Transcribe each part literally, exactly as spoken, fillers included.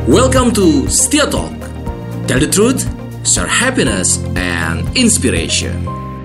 Welcome to Setia Talk. Tell the truth, share happiness and inspiration.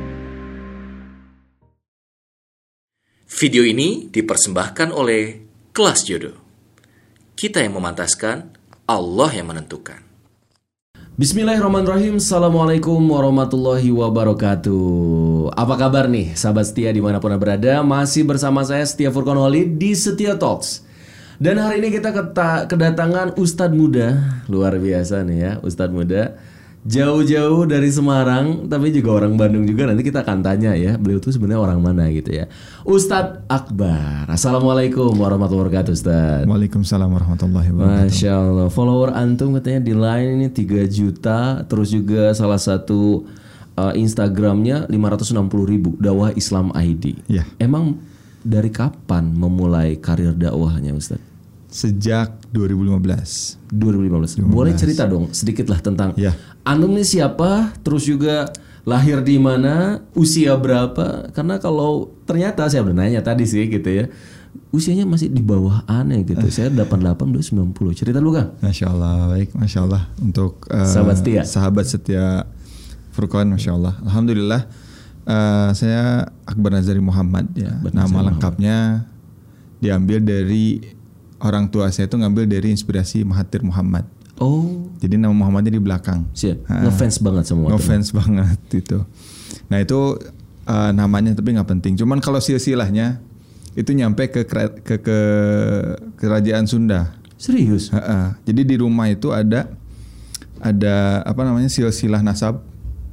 Video ini dipersembahkan oleh Kelas Jodoh. Kita yang memantaskan, Allah yang menentukan. Bismillahirrahmanirrahim. Assalamualaikum warahmatullahi wabarakatuh. Apa kabar nih sahabat setia dimanapun berada? Masih bersama saya Setia Furqan Walid di Setia Talks. Dan hari ini kita keta- kedatangan Ustadz muda. Luar biasa nih ya, Ustadz muda. Jauh-jauh dari Semarang, tapi juga orang Bandung juga. Nanti kita akan tanya ya, beliau tuh sebenarnya orang mana gitu ya. Ustadz Akbar. Assalamualaikum warahmatullahi wabarakatuh, Ustadz. Waalaikumsalam warahmatullahi wabarakatuh. Masya Allah. Follower antum katanya di line ini tiga juta. Terus juga salah satu uh, Instagramnya lima ratus enam puluh ribu. Dakwah Islam I D. Ya. Emang dari kapan memulai karir dakwahnya, Ustadz? Sejak dua ribu lima belas. dua ribu lima belas. Boleh cerita dong sedikit lah tentang Ya. antum ini siapa, terus juga lahir di mana, usia berapa? Karena kalau ternyata saya udah nanya tadi sih gitu ya, usianya masih di bawah aneh gitu. Saya delapan puluh delapan, beliau sembilan puluh. Cerita dulu Kang. Masya Allah, baik, Masya Allah. Untuk uh, Sahabat setia. Sahabat setia Furqan, Masya Allah. Alhamdulillah, uh, saya Akbar Nazari Muhammad ya. Akbar Nama Nazari lengkapnya diambil dari orang tua saya itu ngambil dari inspirasi Mahathir Muhammad. Oh, Jadi nama Muhammadnya di belakang. siap. Ha. Ngefans banget sama Mahathir. Ngefans banget itu. Nah itu uh, namanya tapi nggak penting. Cuman kalau silsilahnya itu nyampe ke kera- ke, ke kerajaan Sunda. Serius? Ha-ha. Jadi di rumah itu ada ada apa namanya silsilah nasab.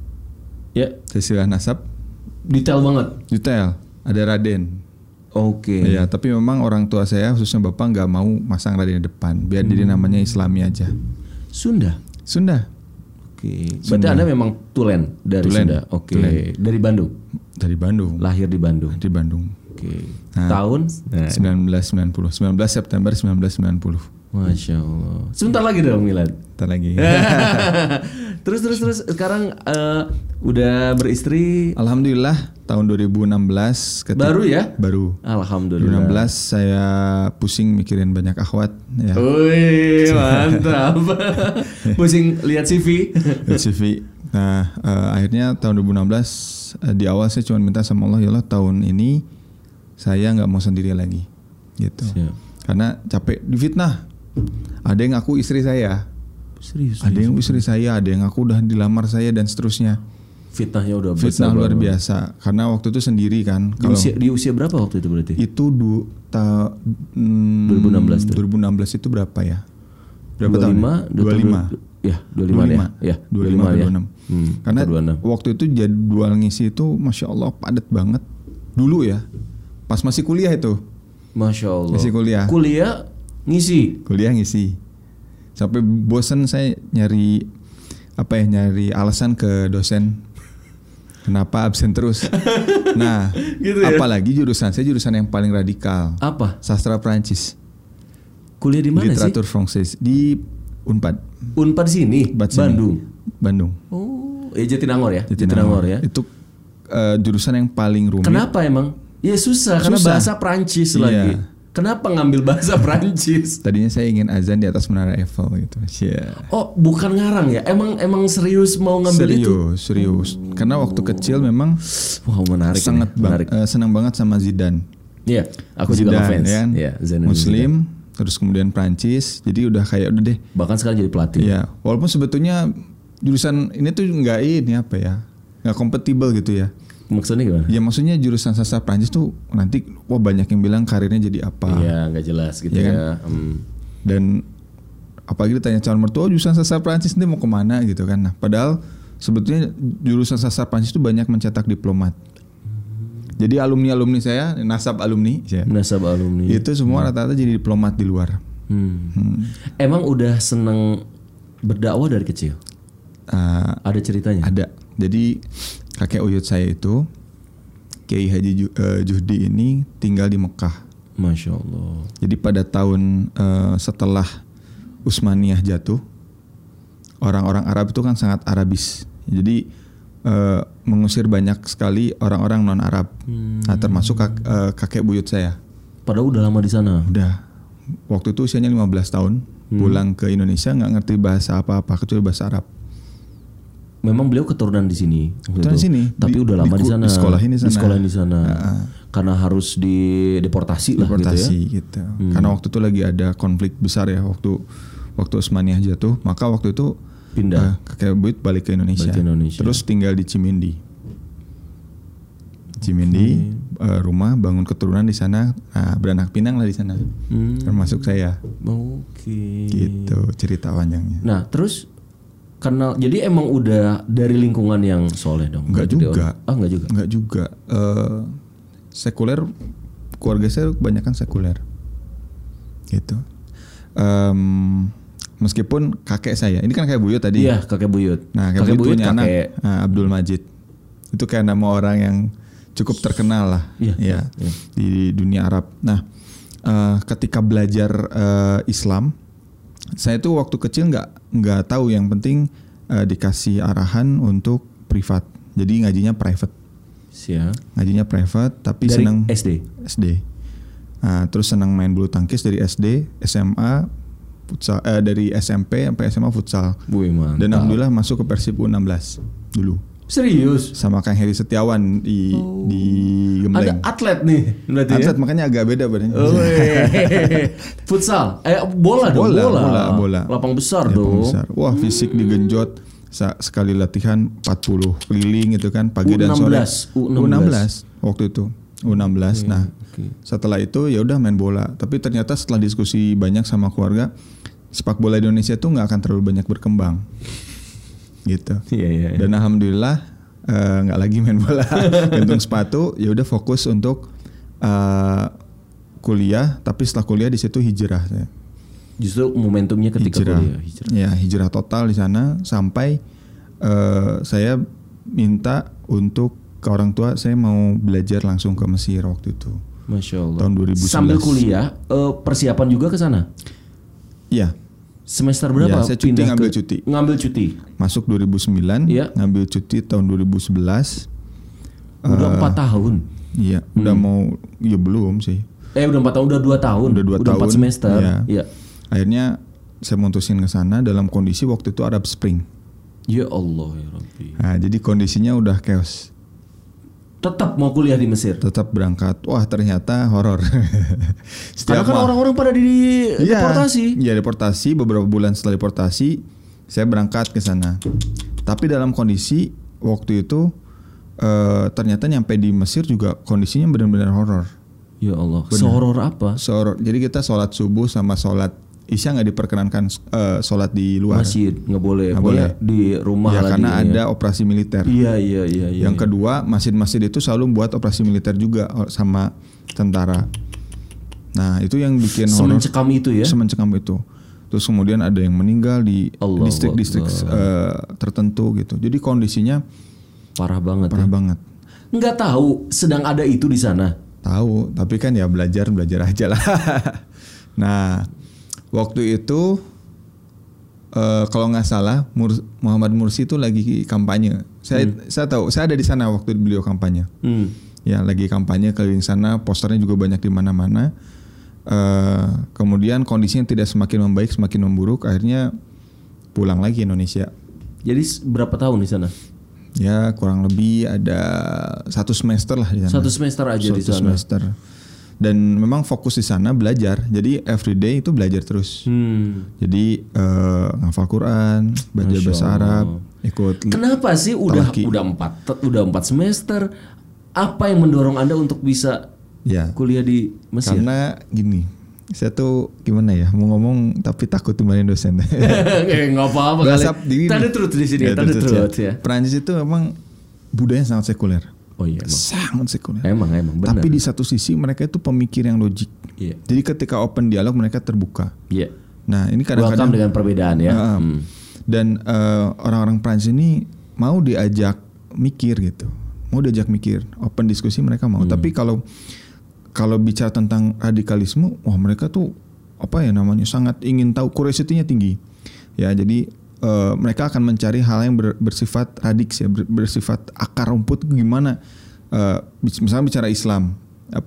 Ya, Silsilah nasab detail banget. detail. Ada Raden. Oke. Ya, tapi memang orang tua saya khususnya bapak nggak mau masang Raden di depan. Biar Hmm. jadi namanya Islami aja. Sunda. Sunda. Oke. Berarti Sunda. Anda memang tulen dari Tulen. Sunda. Oke. Tulen. Dari Bandung. Dari Bandung. Lahir di Bandung. Di Bandung. Oke. Nah, Tahun? Nah, sembilan belas sembilan puluh. sembilan belas September sembilan belas sembilan puluh. Masya Allah. Sebentar lagi dong Milad. Ntar lagi. terus terus terus sekarang eh, udah beristri. Alhamdulillah tahun dua ribu enam belas ketika- Baru ya? Baru. dua ribu Alhamdulillah. enam belas saya pusing mikirin banyak akhwat ya. Wih, mantap. Pusing lihat C V. C V. Nah, eh, akhirnya tahun dua ribu enam belas eh, di awal saya cuma minta sama Allah, ya Allah tahun ini saya nggak mau sendiri lagi, gitu. Siap. Karena capek difitnah. Ada yang ngaku istri saya, Serius. ada yang istri saya, ada yang ngaku udah dilamar saya dan seterusnya. Fitnahnya udah Fitnah besar luar banget. biasa. Karena waktu itu sendiri kan. Di usia, di usia berapa waktu itu berarti? Itu du, ta, mm, dua ribu enam belas tuh. dua ribu enam belas itu berapa ya? Berapa dua puluh lima, tahun? dua puluh lima. Ya, dua puluh lima ya. Ya, dua puluh lima, ya. dua puluh enam. Hmm, Karena dua puluh enam. waktu itu jadwal ngisi itu Masya Allah padat banget. Dulu ya. Pas masih kuliah itu. Masya Allah. Masih kuliah. Kuliah ngisi. Kuliah ngisi. Sampai bosen saya nyari apa ya nyari alasan ke dosen. Kenapa absen terus? Nah, Gitu ya? apalagi jurusan saya jurusan yang paling radikal. Apa? Sastra Prancis. Kuliah di mana Literatur Francais di Unpad. sih? Unpad sini, Unpad sini. Bandung. Bandung. Oh, ya Jatinangor ya. Jatinangor. ya. Itu eh, jurusan yang paling rumit. Kenapa emang? Ya susah, karena Susah. bahasa Prancis Iya. lagi. Kenapa ngambil bahasa Prancis? Tadinya saya ingin azan di atas menara Eiffel gitu. Yeah. Oh, bukan ngarang ya? Emang emang serius mau ngambil serius, itu? serius. Karena waktu kecil memang Wow, menarik. sangat ini, bang, menarik. eh, senang banget sama Zidane. Iya, aku juga ngefans. ya kan? Iya, Zidane Muslim, Zidane. terus kemudian Prancis. Jadi udah kayak udah deh. Bahkan sekarang jadi pelatih. Iya, walaupun sebetulnya jurusan ini tuh nggak ini apa ya, nggak kompatibel gitu ya. Maksudnya gimana? Ya maksudnya jurusan sastra Prancis tuh nanti wah banyak yang bilang karirnya jadi apa. Iya, nggak jelas gitu Iya kan? ya. Hmm. Dan apalagi ditanya calon mertua, oh, jurusan sastra Prancis nanti mau kemana gitu kan. Nah, padahal sebetulnya jurusan sastra Prancis itu banyak mencetak diplomat. Jadi alumni-alumni saya, nasab alumni, ya, Nasab alumni. itu semua rata-rata jadi diplomat di luar. Hmm. Hmm. Emang udah seneng berdakwah dari kecil? Uh, Ada ceritanya? ada. Jadi kakek uyut saya itu Kiai Haji Ju- eh, Juhdi ini tinggal di Mekah. Masya Allah. Jadi pada tahun eh, setelah Utsmaniyah jatuh, orang-orang Arab itu kan sangat Arabis. Jadi eh, mengusir banyak sekali orang-orang non Arab. Hmm. Nah, termasuk kak- eh, kakek buyut saya. Padahal udah lama di sana. Udah waktu itu usianya lima belas tahun, hmm. pulang ke Indonesia nggak ngerti bahasa apa-apa kecuali bahasa Arab. Memang beliau keturunan di sini. Keturunan di sini. Tapi di, udah lama di, di sana. Di sekolah ini sana. Di sekolah di sana. Uh, Karena harus dideportasi lah deportasi gitu ya. gitu. Hmm. Karena waktu itu lagi ada konflik besar ya waktu waktu Utsmaniyah jatuh, maka waktu itu pindah. Uh, kakek buyut balik ke Indonesia. Balik ke Indonesia. Terus tinggal di Cimindi. Cimindi okay. uh, rumah bangun keturunan di sana, uh, beranak pinang lah di sana. Hmm. Termasuk saya. Oke. Okay. Gitu cerita panjangnya. Nah, terus karena jadi emang udah dari lingkungan yang soleh dong. Enggak juga. Ah, enggak juga. Enggak juga. Uh, sekuler, keluarga saya kebanyakan sekuler. Gitu. Um, meskipun kakek saya, ini kan kakek buyut tadi. Iya, kakek buyut. Nah, kakek, kakek buyut punya anak uh, Abdul Majid. Itu kayak nama orang yang cukup terkenal lah. Iya, ya, iya. Di dunia Arab. Nah, uh, ketika belajar uh, Islam, saya tuh waktu kecil nggak nggak tahu, yang penting uh, dikasih arahan untuk privat. Jadi ngajinya private. Siap. Ngajinya private, tapi dari senang S D. S D. Nah, terus senang main bulu tangkis dari S D, S M A, futsal, eh, dari S M P sampai S M A futsal. Wih, mantap. Dan alhamdulillah masuk ke Persib U enam belas dulu. Serius? Sama Kang Heri Setiawan di oh. di Gembleng. Ada atlet nih berarti. Atlet ya? Makanya agak beda badannya. Oh, futsal. Eh bola dong, bola. Bola, bola, bola. Lapang besar ya, dong. Besar. Wah, fisik digenjot. Sekali latihan empat puluh keliling gitu kan, pagi U enam belas, dan sore. U enam belas waktu itu. U enam belas. Okay, nah, okay. Setelah itu ya udah main bola. Tapi ternyata setelah diskusi banyak sama keluarga, sepak bola di Indonesia tuh nggak akan terlalu banyak berkembang. Gitu. Iya, iya, iya. Dan alhamdulillah nggak uh, lagi main bola, gantung sepatu, ya udah fokus untuk uh, kuliah. Tapi setelah kuliah di situ hijrah saya. Justru momentumnya ketika hijrah. kuliah. Hijrah. Ya, hijrah total di sana sampai uh, saya minta untuk ke orang tua, saya mau belajar langsung ke Mesir waktu itu. Masya Allah. Tahun dua ribu sebelas. Sambil kuliah, uh, persiapan juga ke sana? Iya. Semester berapa? Ya, saya cuti ngambil ke, cuti. Ngambil cuti. Masuk dua ribu sembilan, ya. Ngambil cuti tahun dua ribu sebelas. Udah empat uh, tahun. Iya, hmm. udah mau, ya belum sih. Eh udah empat tahun, udah dua tahun. Udah dua udah tahun. empat semester. Ya. Ya. Akhirnya saya mutusin ke sana dalam kondisi waktu itu Arab Spring. Ya Allah ya Rabbi. Nah, jadi kondisinya udah chaos. Tetap mau kuliah di Mesir. Tetap berangkat. Wah, ternyata horor. Karena kan orang-orang pada di ya, deportasi. Iya, deportasi. Beberapa bulan setelah deportasi, saya berangkat ke sana. Tapi dalam kondisi waktu itu uh, ternyata nyampe di Mesir juga kondisinya benar-benar horor. Ya Allah. Sehoror apa? Sehoror. Jadi kita sholat subuh sama sholat Isya nggak diperkenankan uh, sholat di luar. Masjid nggak boleh. Nggak boleh boleh di rumah ya, lagi. Karena ya. ada operasi militer. Iya iya iya. iya Yang iya. kedua, masjid-masjid itu selalu buat operasi militer juga sama tentara. Nah, itu yang bikin horor. Semencekam itu ya. Semencekam itu. Terus kemudian ada yang meninggal di Allah distrik-distrik uh, tertentu gitu. Jadi kondisinya parah banget. Parah ya? banget. Nggak tahu sedang ada itu di sana. Tahu, tapi kan ya belajar belajar aja lah. Nah, waktu itu uh, kalau nggak salah Mur- Muhammad Mursi itu lagi kampanye. Saya hmm. saya tahu, saya ada di sana waktu beliau kampanye. Hmm. Ya, lagi kampanye keliling sana, posternya juga banyak di mana-mana. Uh, kemudian kondisinya tidak semakin membaik, semakin memburuk. Akhirnya pulang lagi Indonesia. Jadi berapa tahun di sana? Ya kurang lebih ada satu semester lah di sana. Satu semester aja satu di sana. Semester. Dan memang fokus di sana belajar. Jadi everyday itu belajar terus. Hmm. Jadi uh, ngafal Quran, baca bahasa Arab, ikut. Kenapa sih udah talaki. udah empat udah empat semester? Apa yang mendorong Anda untuk bisa ya. kuliah di Mesir? Karena gini, saya tuh gimana ya mau ngomong tapi takut dimarahin dosen. Nggak apa-apa kali. Tadi truth di sini, tadi truth ya. Perancis itu memang budayanya sangat sekuler. Oh iya, emang. Sangat sekuler. Emang emang benar. Tapi di satu sisi mereka itu pemikir yang logik. Iya. Jadi ketika open dialog mereka terbuka. Iya. Nah ini kadang-kadang welcome dengan perbedaan ya. Uh, hmm. Dan uh, orang-orang Perancis ini mau diajak mikir gitu, mau diajak mikir, open diskusi mereka mau. Hmm. Tapi kalau Kalau bicara tentang radikalisme, wah mereka tuh apa ya namanya sangat ingin tahu, curiosity-nya tinggi. Ya, jadi uh, mereka akan mencari hal yang ber, bersifat radix ya, ber, bersifat akar rumput gimana. Uh, misalnya bicara Islam, uh,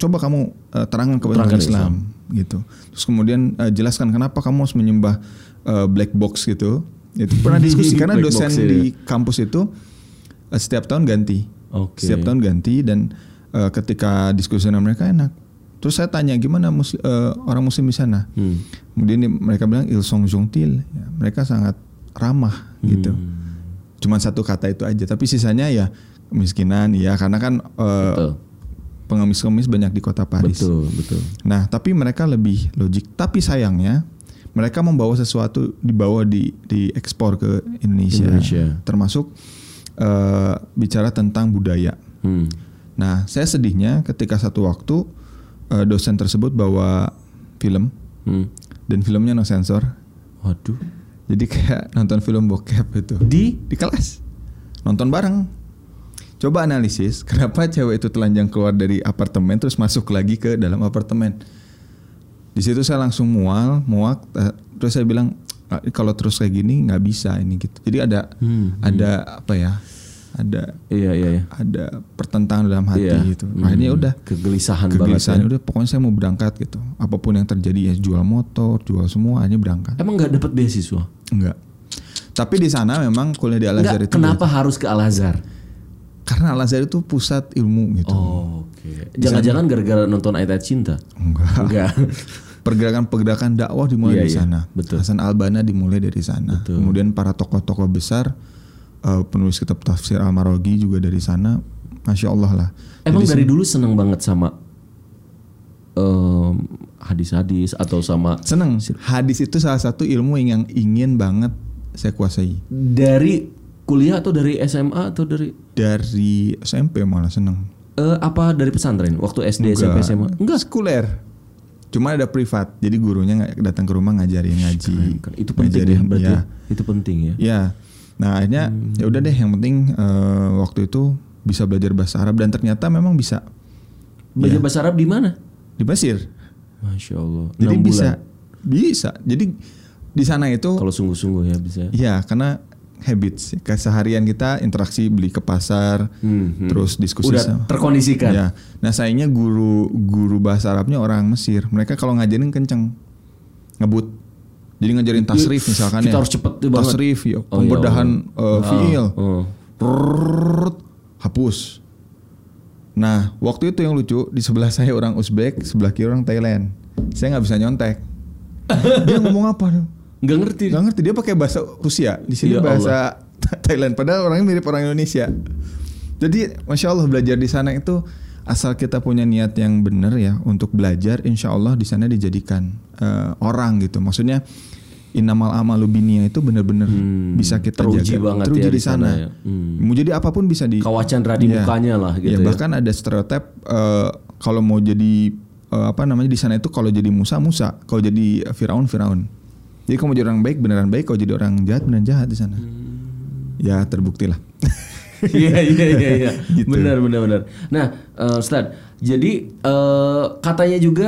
coba kamu uh, terangkan kepada Terangkan Islam, Islam gitu. Terus kemudian uh, jelaskan kenapa kamu harus menyembah uh, black box gitu. Itu pernah diskusi karena Black dosen box, ya. di kampus itu uh, setiap tahun ganti. Oke. Setiap tahun ganti dan uh, ketika diskusi dengan mereka enak. Terus saya tanya gimana muslim, uh, orang muslim di sana. Hmm. Kemudian mereka bilang ils sont gentils, ya, mereka sangat ramah hmm. gitu. Cuman satu kata itu aja, tapi sisanya ya kemiskinan, ya karena kan uh, pengemis-pengemis banyak di kota Paris. Betul, betul. Nah, tapi mereka lebih logik. Tapi sayangnya mereka membawa sesuatu dibawa di diekspor ke Indonesia, Indonesia. termasuk uh, bicara tentang budaya. Hmm. Nah, saya sedihnya ketika satu waktu uh, dosen tersebut bawa film hmm. dan filmnya no sensor. Waduh. Jadi kayak nonton film bokep itu di di kelas, nonton bareng. Coba analisis kenapa cewek itu telanjang keluar dari apartemen terus masuk lagi ke dalam apartemen. Di situ saya langsung mual, muak. Terus saya bilang kalau terus kayak gini nggak bisa ini gitu. Jadi ada hmm, ada hmm. apa ya? Ada iya iya. iya. Ada pertentangan dalam hati iya. gitu. Hmm. Akhirnya udah kegelisahan, kegelisahan. banget. Ya. Udah pokoknya saya mau berangkat gitu. Apapun yang terjadi ya jual motor, jual semua, akhirnya berangkat. Emang nggak dapat beasiswa? Enggak. Tapi di sana memang kuliah di Al-Azhar itu. Kenapa gitu. harus ke Al-Azhar? Karena Al-Azhar itu pusat ilmu gitu. Oh, oke. Okay. Jangan-jangan gara-gara nonton Ayat Cinta? Enggak. Enggak. Pergerakan-pergerakan dakwah dimulai iya, di sana. Iya, betul. Hasan Al-Banna dimulai dari sana. Betul. Kemudian para tokoh-tokoh besar, uh, penulis kitab tafsir Al-Maraghi juga dari sana. Masya Allah lah. Emang Jadi dari sen- dulu seneng banget sama um, hadis-hadis atau sama? Seneng. Hadis itu salah satu ilmu yang ingin banget saya kuasai. Dari kuliah atau dari S M A atau dari? Dari S M P malah seneng. Uh, apa dari pesantren? Waktu S D, S M P, S M A? Enggak. Sekuler. Cuma ada privat. Jadi gurunya datang ke rumah ngajarin ngaji. Keren, keren. Itu penting ngajarin, ya berarti. Ya. Itu penting ya. Ya. Nah akhirnya hmm. ya udah deh. Yang penting uh, waktu itu bisa belajar bahasa Arab dan ternyata memang bisa. Belajar ya. bahasa Arab di mana? Di Mesir. Masya Allah. Jadi enam bisa. bulan. Bisa. Jadi di sana itu. Kalau sungguh-sungguh ya bisa. Ya karena habits keseharian kita interaksi beli ke pasar hmm, hmm. terus diskusi udah sama, terkondisikan ya. Nah sayangnya guru guru bahasa Arabnya orang Mesir, mereka kalau ngajarin kenceng ngebut, jadi ngajarin tasrif misalkan kita ya harus cepet banget. tasrif ya oh, pembedahan ya uh, fiil oh. Rrrr, hapus. Nah waktu itu yang lucu di sebelah saya orang Uzbek, sebelah kiri orang Thailand, saya nggak bisa nyontek. Dia ngomong apa? Nggak ngerti. Nggak ngerti, dia pakai bahasa Rusia, di sini ya bahasa Allah. Thailand, padahal orangnya mirip orang Indonesia. Jadi masya Allah belajar di sana itu asal kita punya niat yang benar ya untuk belajar, insya Allah di sana dijadikan uh, orang gitu. Maksudnya innamal amalu binniyah itu benar-benar hmm, bisa kita teruji jaga, banget teruji ya di sana. Ya. Hmm. Mau jadi apapun bisa di kawacan radi ya, mukanya lah gitu. Ya, ya. bahkan ada stereotip uh, kalau mau jadi uh, apa namanya di sana itu kalau jadi Musa Musa, kalau jadi Firaun Firaun. Jadi kalau mau jadi orang baik beneran baik, kalau jadi orang jahat beneran jahat di sana. Hmm. Ya terbukti lah. Iya iya iya iya. Gitu. Benar benar benar. Nah, uh, Ustadz, jadi uh, katanya juga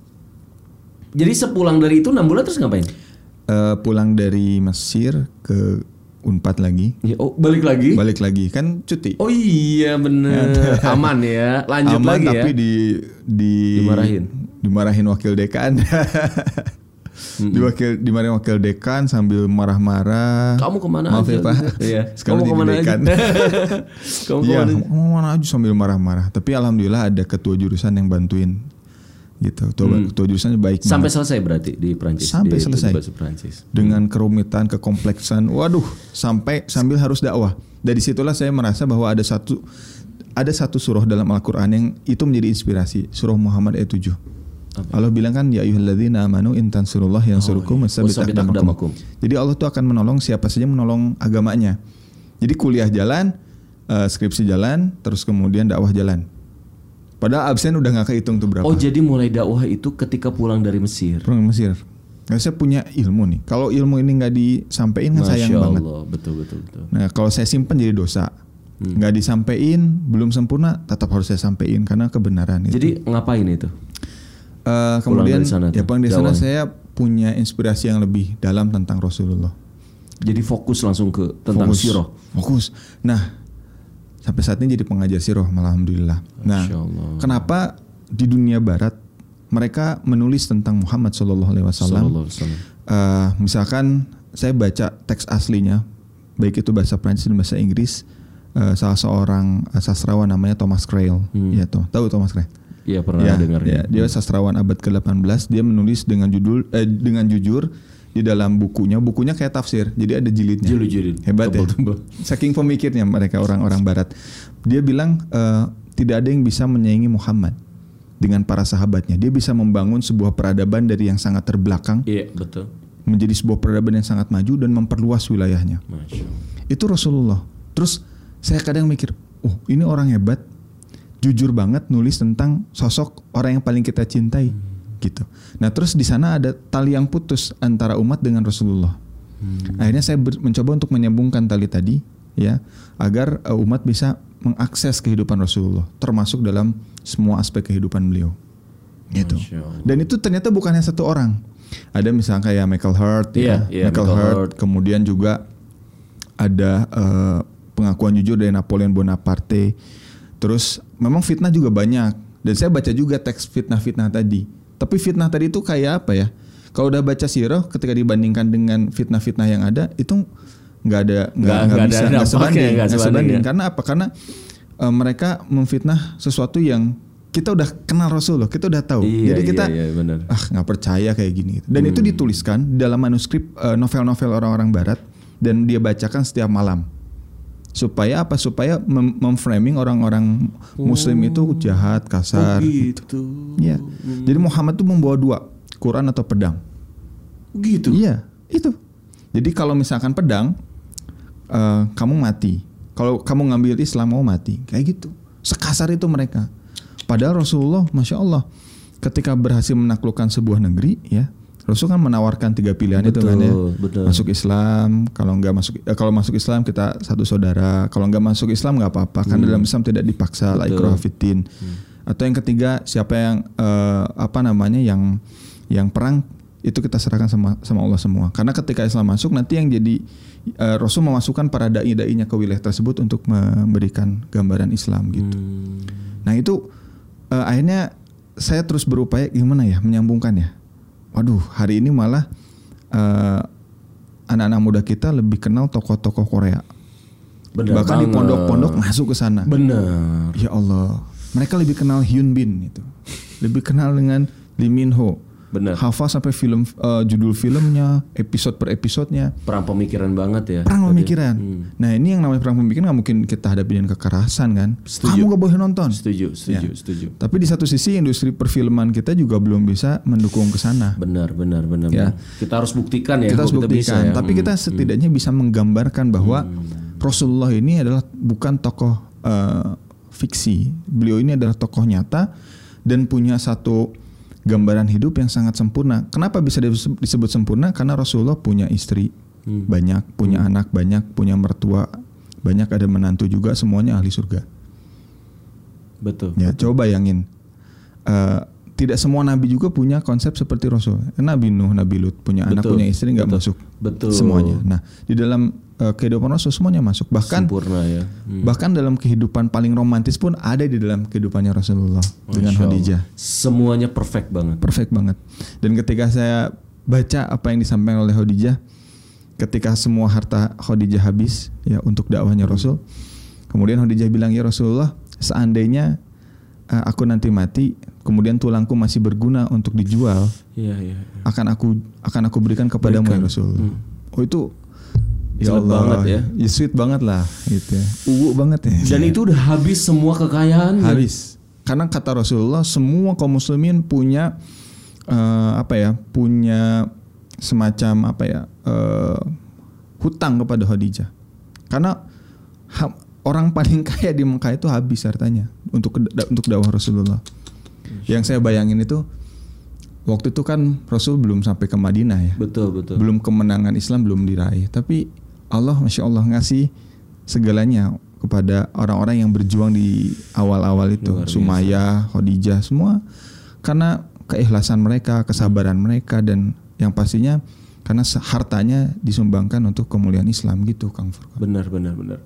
jadi sepulang dari itu enam bulan terus ngapain? Uh, pulang dari Mesir ke Unpad lagi. Ya, oh, balik lagi? Balik lagi kan cuti. Oh iya bener. Aman ya. Lanjut Aman, lagi tapi ya. Tapi di, di dimarahin. Dimarahin wakil dekan. Mm-hmm. Diwakil dimarahin wakil dekan sambil marah-marah. Kamu kemana Maaf aja? Ya, Pak. Iya. Sekarang kamu kemana dekan. aja? Kamu ya, kemana aja? Kamu kemana aja sambil marah-marah. Tapi alhamdulillah ada ketua jurusan yang bantuin. Gitu. Ketua, hmm. ketua jurusannya baik sampai banget. selesai berarti di Perancis. Sampai di, selesai. Di Perancis. Dengan kerumitan, kekompleksan. Waduh, sampai sambil harus dakwah. Dari situlah saya merasa bahwa ada satu ada satu surah dalam Al-Qur'an yang itu menjadi inspirasi. Surah Muhammad ayat tujuh. Apa? Allah bilang kan ya ayyuhalladzina amanu in tansurullah yansurukum wasabbit aqdamakum. Jadi Allah tuh akan menolong siapa saja menolong agamanya. Jadi kuliah jalan, uh, skripsi jalan, terus kemudian dakwah jalan. Padahal absen udah nggak kehitung tuh berapa. Oh jadi mulai dakwah itu ketika pulang dari Mesir. Pulang dari Mesir. Nah, saya punya ilmu nih. Kalau ilmu ini nggak disampaikan kan sayang Allah, banget. Betul betul betul. Nah kalau saya simpen jadi dosa. Nggak hmm. disampaikan, belum sempurna, tetap harus saya sampaikan karena kebenaran. Gitu. Jadi ngapain itu? Uh, kemudian sana ya pulang dari sana saya punya inspirasi yang lebih dalam tentang Rasulullah. Jadi fokus langsung ke tentang fokus, sirah. Fokus. Nah sampai saat ini jadi pengajar sirah, alhamdulillah. Nah kenapa di dunia Barat mereka menulis tentang Muhammad Shallallahu Alaihi Wasallam. Uh, misalkan saya baca teks aslinya, baik itu bahasa Prancis dan bahasa Inggris, uh, salah seorang uh, sastrawan namanya Thomas Crale. Hmm. Ya, toh, tahu Thomas Crale? Iya, pernah ya, dengar. Ya, dia sastrawan abad ke delapan belas. Dia menulis dengan judul eh, dengan jujur di dalam bukunya. Bukunya kayak tafsir, jadi ada jilidnya. Jilid-jilid. Hebat tebal, ya. Tebal. Saking pemikirnya mereka orang-orang Barat. Dia bilang uh, tidak ada yang bisa menyaingi Muhammad dengan para sahabatnya. Dia bisa membangun sebuah peradaban dari yang sangat terbelakang. Iya, betul. Menjadi sebuah peradaban yang sangat maju dan memperluas wilayahnya. Masya Allah. Itu Rasulullah. Terus saya kadang mikir, oh ini orang hebat, jujur banget nulis tentang sosok orang yang paling kita cintai, hmm. gitu. Nah terus di sana ada tali yang putus antara umat dengan Rasulullah. Hmm. Akhirnya saya ber- mencoba untuk menyambungkan tali tadi, ya, agar uh, umat bisa mengakses kehidupan Rasulullah, termasuk dalam semua aspek kehidupan beliau. Gitu. Dan itu ternyata bukan hanya satu orang. Ada misalnya kayak Michael Hurt, yeah, ya, yeah, Michael, Michael Hurt. Hurt. Kemudian juga ada uh, pengakuan jujur dari Napoleon Bonaparte. Terus memang fitnah juga banyak. Dan saya baca juga teks fitnah-fitnah tadi. Tapi fitnah tadi itu kayak apa ya? Kalau udah baca sirah, ketika dibandingkan dengan fitnah-fitnah yang ada, itu nggak ada, nggak nggak bisa, nggak sebanding, nggak sebanding. Ya. Karena apa? Karena uh, mereka memfitnah sesuatu yang kita udah kenal Rasulullah, kita udah tahu. Iya, Jadi kita iya, iya, ah nggak percaya kayak gini. Dan hmm. itu dituliskan dalam manuskrip uh, novel-novel orang-orang Barat dan dia bacakan setiap malam. Supaya apa? Supaya mem- memframing orang-orang Muslim oh. itu jahat, kasar. Oh gitu. gitu. Ya. Hmm. Jadi Muhammad tuh membawa dua, Quran atau pedang. Gitu. Iya, itu. Jadi kalau misalkan pedang, uh, kamu mati. Kalau kamu ngambil Islam mau mati, kayak gitu. Sekasar itu mereka. Padahal Rasulullah, masya Allah, ketika berhasil menaklukkan sebuah negeri, ya, Rasul kan menawarkan tiga pilihan betul, itu kan ya, betul. Masuk Islam, kalau nggak masuk, eh, kalau masuk Islam kita satu saudara, kalau nggak masuk Islam nggak apa-apa, kan hmm. dalam Islam tidak dipaksa, la ikraha fiddin. Hmm. Atau yang ketiga, siapa yang uh, apa namanya, yang yang perang itu kita serahkan sama sama Allah semua. Karena ketika Islam masuk, nanti yang jadi uh, Rasul memasukkan para dai-dainya ke wilayah tersebut untuk memberikan gambaran Islam gitu. Hmm. Nah itu Uh, akhirnya saya terus berupaya gimana ya menyambungkan ya. Waduh, hari ini malah uh, anak-anak muda kita lebih kenal tokoh-tokoh Korea. Bener Bahkan banget. Di pondok-pondok masuk ke sana. Benar. Ya Allah, mereka lebih kenal Hyun Bin itu, lebih kenal dengan Lee Min Ho. Benar. Hafal sampai film uh, judul filmnya, episode per episodenya. Perang pemikiran banget ya. Perang pemikiran. Hmm. Nah ini yang namanya perang pemikiran nggak mungkin kita hadapi dengan kekerasan kan. Setuju. Kamu nggak boleh nonton. Setuju, setuju, ya. setuju. Tapi di satu sisi industri perfilman kita juga belum bisa mendukung ke sana. Benar, benar, benar. Ya. Kita harus buktikan ya. Kita harus kita buktikan. Bisa, ya. Tapi kita setidaknya hmm. bisa menggambarkan bahwa hmm. Rasulullah ini adalah bukan tokoh uh, fiksi. Beliau ini adalah tokoh nyata dan punya satu gambaran hidup yang sangat sempurna. Kenapa bisa disebut sempurna? Karena Rasulullah punya istri hmm. banyak, punya hmm. anak banyak, punya mertua banyak, ada menantu juga, semuanya ahli surga. Betul. Ya, betul. Coba bayangin. Uh, tidak semua nabi juga punya konsep seperti Rasul. Nabi Nuh, Nabi Lut punya betul. anak, punya istri, nggak masuk. Betul. Semuanya. Nah, di dalam uh, kehidupan Rasul semuanya masuk. Bahkan sempurna ya. Hmm. Bahkan dalam kehidupan paling romantis pun ada di dalam kehidupannya Rasulullah Masya dengan Khadijah. Semuanya perfect banget. Perfect banget. Dan ketika saya baca apa yang disampaikan oleh Khadijah, ketika semua harta Khadijah habis ya untuk dakwahnya hmm. Rasul, kemudian Khadijah bilang, ya Rasulullah, seandainya uh, aku nanti mati, kemudian tulangku masih berguna untuk dijual, ya, ya, ya. akan aku akan aku berikan kepadamu berikan. ya Rasulullah. Hmm. Oh itu ya Allah, banget ya. ya sweet banget lah gitu ya. Uwu banget ya. Dan itu udah habis semua kekayaan. Habis. Karena kata Rasulullah, semua kaum muslimin punya uh, apa ya? Punya semacam apa ya? Uh, hutang kepada Khadijah. Karena ha- orang paling kaya di Mekah itu habis hartanya untuk untuk dakwah Rasulullah. Yang saya bayangin itu waktu itu kan Rasul belum sampai ke Madinah ya. Betul, betul. Belum kemenangan Islam belum diraih, tapi Allah Masya Allah ngasih segalanya kepada orang-orang yang berjuang di awal-awal itu. Sumayyah, Khadijah, semua karena keikhlasan mereka, kesabaran hmm. mereka, dan yang pastinya karena hartanya disumbangkan untuk kemuliaan Islam gitu, Kang Furqan. Benar, benar, benar.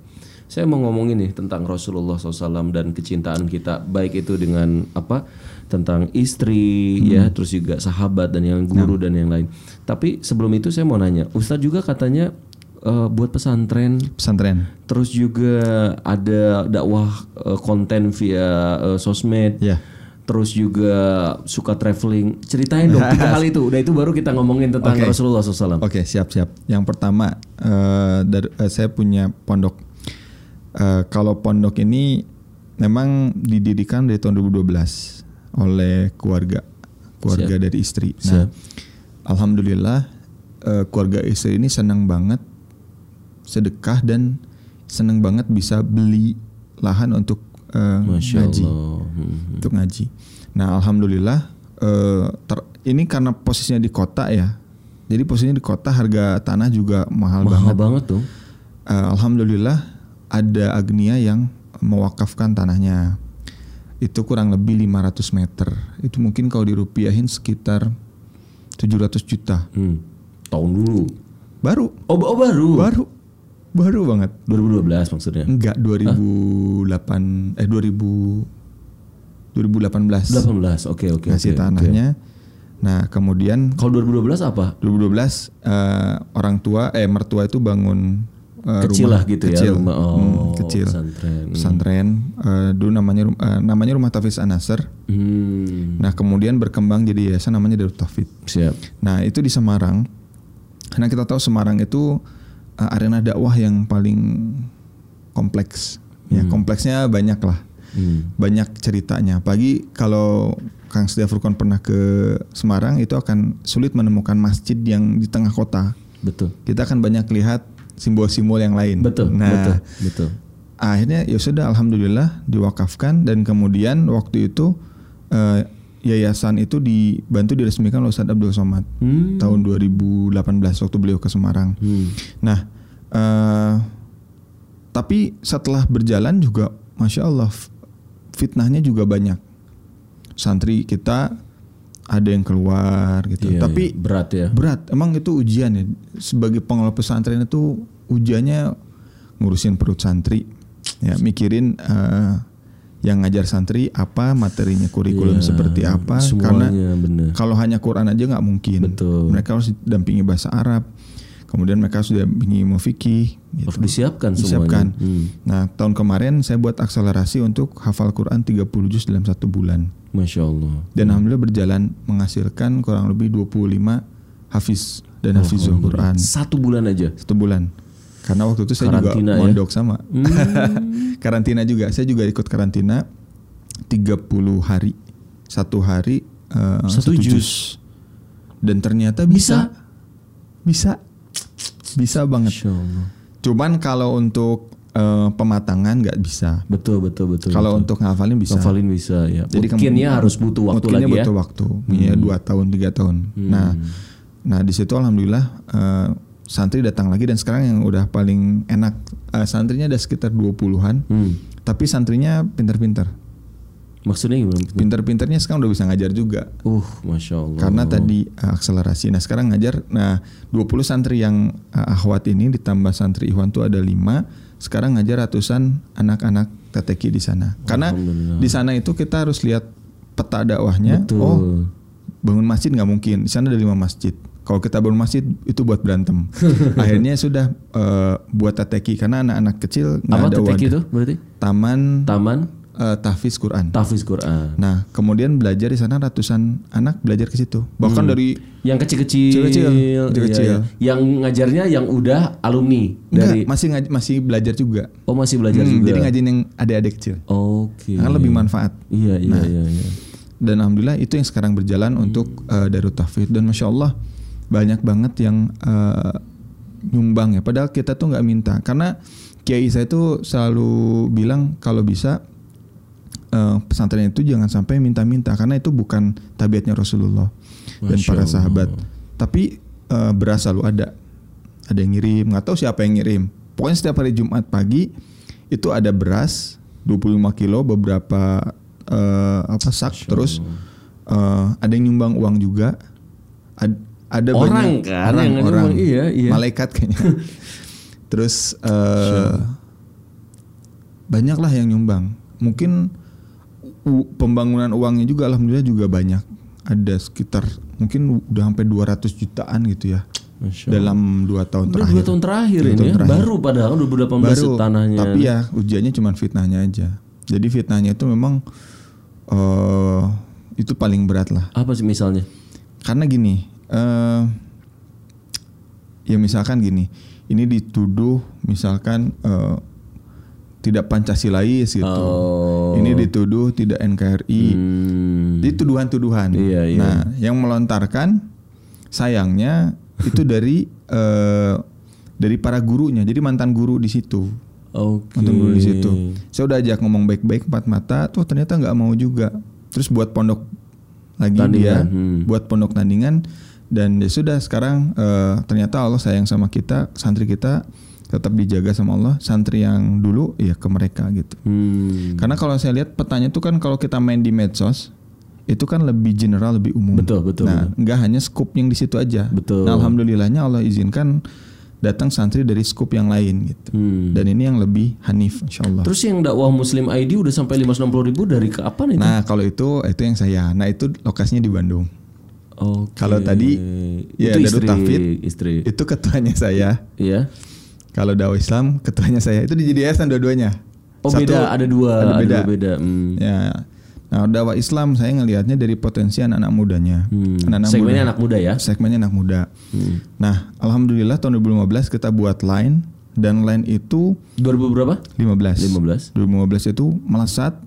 Saya mau ngomongin nih tentang Rasulullah shallallahu alaihi wasallam dan kecintaan kita, baik itu dengan apa tentang istri Hmm. ya, terus juga sahabat dan yang guru dan yang lain. Tapi sebelum itu saya mau nanya, Ustadz juga katanya eh, buat pesantren, Pesantren. terus juga ada dakwah eh, konten via eh, sosmed. Ya. Terus juga suka traveling. Ceritain dong tiga hal itu. Udah itu baru kita ngomongin tentang Oke. Rasulullah shallallahu alaihi wasallam. Oke, siap-siap. Yang pertama, eh, dari, eh, saya punya pondok. Eh, kalau pondok ini memang didirikan dari tahun dua ribu dua belas oleh keluarga, keluarga Siap. dari istri. Siap. Nah, alhamdulillah eh, keluarga istri ini senang banget sedekah dan senang banget bisa beli lahan untuk eh, Masya ngaji. Allah. Hmm. Untuk ngaji. Nah, alhamdulillah eh, ter- ini karena posisinya di kota ya. Jadi posisinya di kota, harga tanah juga mahal, Mahal banget. banget tuh. Eh, alhamdulillah ada Agnia yang mewakafkan tanahnya. Itu kurang lebih lima ratus meter. Itu mungkin kalau dirupiahin sekitar tujuh ratus juta. Hmm. Tahun dulu. Baru, Oh, oh baru. baru, baru banget. dua ribu dua belas maksudnya. Enggak, dua ribu delapan eh dua ribu dua ribu delapan belas delapan belas. Oke oke. ngasih oke, tanahnya. Nah, kemudian oke. Kalau dua ribu dua belas apa? dua ribu dua belas eh, orang tua eh mertua itu bangun eh, Kecil rumah lah gitu kecil. ya rumah. Oh, Hmm, kecil pesantren. pesantren eh, dulu namanya rum- eh, namanya Rumah Tafiz An-Nasr. Hmm. Nah, kemudian berkembang jadi yayasan namanya Darut Tauhid. Siap. Nah, itu di Semarang. Karena kita tahu Semarang itu eh, arena dakwah yang paling kompleks. Ya, kompleksnya banyak lah. Hmm. Banyak ceritanya. Pagi kalau Kang Setia Furqon pernah ke Semarang, itu akan sulit menemukan masjid yang di tengah kota. Betul. Kita akan banyak lihat simbol-simbol yang lain. Betul. Nah, Betul. Betul. akhirnya ya sudah, alhamdulillah diwakafkan, dan kemudian waktu itu eh, yayasan itu dibantu diresmikan oleh Ustadz Abdul Somad Hmm. tahun dua ribu delapan belas waktu beliau ke Semarang. Hmm. Nah, eh, tapi setelah berjalan juga, masya Allah, f- fitnahnya juga banyak. Santri kita ada yang keluar gitu. Iya, Tapi iya. berat ya. berat, emang itu ujian ya. Sebagai pengelola pesantren itu ujiannya ngurusin perut santri, ya mikirin eh, yang ngajar santri apa materinya, kurikulum Iya, seperti apa. semuanya Karena bener. kalau hanya Quran aja nggak mungkin. Betul. Mereka harus dampingi bahasa Arab. Kemudian mereka harus dampingi ilmu fikih. Gitu. Harus disiapkan Disiapkan. semuanya. Hmm. Nah, tahun kemarin saya buat akselerasi untuk hafal Quran tiga puluh juz dalam satu bulan. Masya Allah. Dan alhamdulillah berjalan menghasilkan kurang lebih dua puluh lima hafiz dan hafizul Quran Satu bulan aja. satu bulan. Karena waktu itu saya Karantina juga ya? mondok sama. Karantina juga. Saya juga ikut karantina tiga puluh hari. Satu hari eh, Satu satu juz. juz. Dan ternyata bisa. Bisa. Bisa banget. Masya Allah. Cuman kalau untuk eh, pematangan nggak bisa. Betul betul betul. Kalau betul. untuk ngafalin bisa. Ngafalin bisa ya. Jadi mungkinnya kamu- harus butuh waktu mungkinnya lagi ya. butuh waktu, ya dua tahun tiga tahun. Nah, nah di situ alhamdulillah eh, santri datang lagi, dan sekarang yang udah paling enak eh, santrinya ada sekitar dua puluhan, Hmm. tapi santrinya pintar-pintar. Maksudnya gimana? Pintar-pintarnya sekarang udah bisa ngajar juga. Uh, masya Allah. Karena tadi eh, akselerasi. Nah sekarang ngajar. Nah dua puluh santri yang eh, akhwat ini ditambah santri ikhwan tuh ada lima. Sekarang ngajar ratusan anak-anak T T Q di sana. Karena Alhamdulillah. di sana itu kita harus lihat peta dakwahnya. Betul. Oh, bangun masjid nggak mungkin. Di sana ada lima masjid. Kalau kita bangun masjid itu buat berantem. Akhirnya sudah eh, buat T T Q karena anak-anak kecil nggak Apa ada T T Q wadah. itu berarti? Taman Taman eh, tahfiz Quran. Tahfiz Quran. Nah, kemudian belajar di sana ratusan anak belajar ke situ. Bahkan dari Yang kecil-kecil, Kecil-kecil, Iya, kecil-kecil. iya. Yang ngajarnya yang udah alumni dari enggak, masih ngaj- masih belajar juga. oh masih belajar Hmm, juga. Jadi ngajin yang adik-adik kecil. Oke. Karena lebih manfaat. Iya iya Nah. iya. iya. Dan alhamdulillah itu yang sekarang berjalan untuk uh, Darut Tauhid, dan masya Allah banyak banget yang uh, nyumbang ya. Padahal kita tuh nggak minta, karena kiai saya itu selalu bilang kalau bisa uh, pesantren itu jangan sampai minta-minta, karena itu bukan tabiatnya Rasulullah dan Masya para Allah. sahabat. Tapi uh, beras selalu ada, ada yang ngirim, nggak tahu siapa yang ngirim. Pokoknya setiap hari Jumat pagi itu ada beras dua puluh lima kilo, beberapa uh, apa sak, Masya terus uh, ada yang nyumbang uang juga. Ad- ada Orang banyak kan orang, yang orang nyumbang, iya, iya. malaikat kayaknya. Terus uh, banyaklah yang nyumbang. Mungkin u- pembangunan uangnya juga alhamdulillah juga banyak. Ada sekitar mungkin udah sampai dua ratus jutaan gitu ya. Masya Allah. Dalam dua tahun Udah terakhir. dua tahun terakhir Dua ini tahun ya. terakhir. Baru padahal dua ribu delapan belas Baru, tanahnya. tapi ya ujiannya cuma fitnahnya aja. Jadi fitnahnya itu memang uh, itu paling berat lah. Apa sih misalnya? Karena gini, uh, ya misalkan gini, ini dituduh misalkan uh, tidak Pancasilais gitu. Oh. Ini dituduh tidak N K R I. Hmm. Jadi tuduhan-tuduhan. Iya, iya. Nah, yang melontarkan sayangnya itu dari uh, dari para gurunya. Jadi mantan guru di situ. Oke. Mantan guru di situ. Saya udah ajak ngomong baik-baik empat mata, tuh ternyata nggak mau juga. Terus buat pondok lagi Tandingan, dia, hmm. buat pondok tandingan, dan ya sudah sekarang uh, ternyata Allah sayang sama kita, santri kita tetap dijaga sama Allah. Santri yang dulu ya ke mereka gitu. Hmm. Karena kalau saya lihat petanya itu kan kalau kita main di medsos itu kan lebih general, lebih umum. Betul, betul, Nah, betul. nggak hanya skup yang di situ aja. Betul. Nah, alhamdulillahnya Allah izinkan datang santri dari skup yang lain gitu. Hmm. Dan ini yang lebih hanif, insyaallah. Terus yang dakwah Muslim I D udah sampai lima ratus enam puluh ribu dari kapan itu? Nah, kalau itu itu yang saya. Nah, itu lokasinya di Bandung. Oke. Kalau tadi ya itu Darut istri, Tafid, istri. itu ketuanya saya. Iya. Kalau dakwah Islam ketuanya saya. Itu di yayasan dua-duanya. Oh Satu, beda, ada dua, ada ada beda. dua beda. Hmm. Ya. Nah, dakwah Islam saya ngelihatnya dari potensi anak-anak mudanya. Hmm. Anak-anak Segmennya muda. anak muda ya. Segmennya anak muda. Hmm. Nah, alhamdulillah tahun dua ribu lima belas kita buat line, dan line itu dua ribu berapa? lima belas. lima belas. dua ribu lima belas itu melesat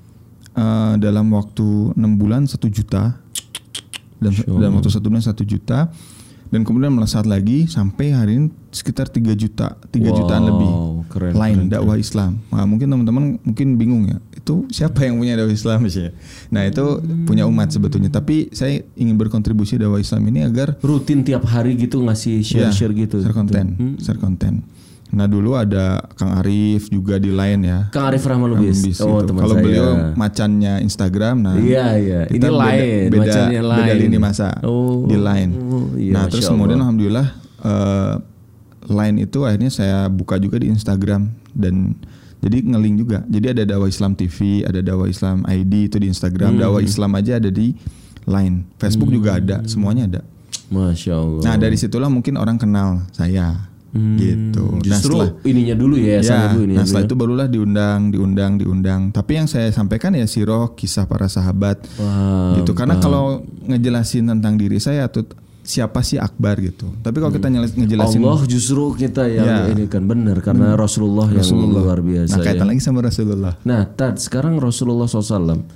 uh, dalam waktu enam bulan satu juta. Dan Masya dalam Allah. waktu satu bulan satu juta, dan kemudian melesat lagi sampai hari ini sekitar tiga juta, tiga Wow, jutaan lebih keren, line keren, dakwah Islam. Nah, mungkin teman-teman mungkin bingung ya, itu siapa yang punya dakwah Islam sih? Nah, itu punya umat sebetulnya, tapi saya ingin berkontribusi dakwah Islam ini agar Rutin tiap hari gitu ngasih share-share ya, gitu. share konten, Hmm. share konten. Nah, dulu ada Kang Arif juga di line ya. Kang Arif Rahman Lubis. Lubis Oh, gitu. teman Kalau saya. beliau macannya Instagram, nah Iya, iya. Ini kita beda- lain, beda, macannya beda lain. lini masa Oh, di line. oh, iya, Nah, Masya terus Allah. kemudian alhamdulillah eh, line itu akhirnya saya buka juga di Instagram, dan jadi ngeling juga. Jadi ada dakwah Islam T V, ada dakwah Islam I D itu di Instagram, Hmm. dakwah Islam aja ada di line, Facebook juga ada, semuanya ada. Masya Allah. Nah, dari situlah mungkin orang kenal saya. Hmm, Gitu. Nah, Justru setelah- ininya dulu ya, Ya, dulu, ininya nah dulu setelah ya. itu barulah diundang, diundang, diundang. Tapi yang saya sampaikan ya sirah, kisah para sahabat, Paham, gitu. Karena paham. kalau ngejelasin tentang diri saya tuh siapa sih Akbar gitu. Tapi kalau kita nyeles- ngejelasin Allah justru kita yang Ya. ini kan benar karena Rasulullah yang Rasulullah, luar biasa. nah kaitan ya. lagi sama Rasulullah. Nah, Tad, sekarang Rasulullah shallallahu alaihi wasallam.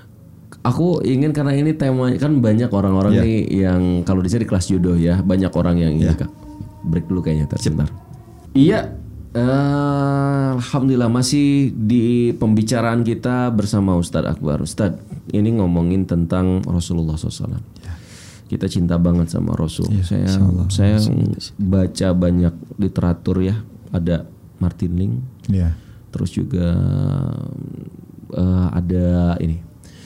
Aku ingin karena ini tema kan banyak orang-orang Ya. nih yang kalau di sini di kelas judo ya banyak orang yang ini Ya. Kak. Break dulu kayaknya Tad, sebentar. Iya, eh, alhamdulillah masih di pembicaraan kita bersama Ustadz Akbar. Ustadz, ini ngomongin tentang Rasulullah shallallahu alaihi wasallam. Kita cinta banget sama Rasul. Ya, saya insyaallah. saya baca banyak literatur ya. Ada Martin Ling, Ya. terus juga eh, ada ini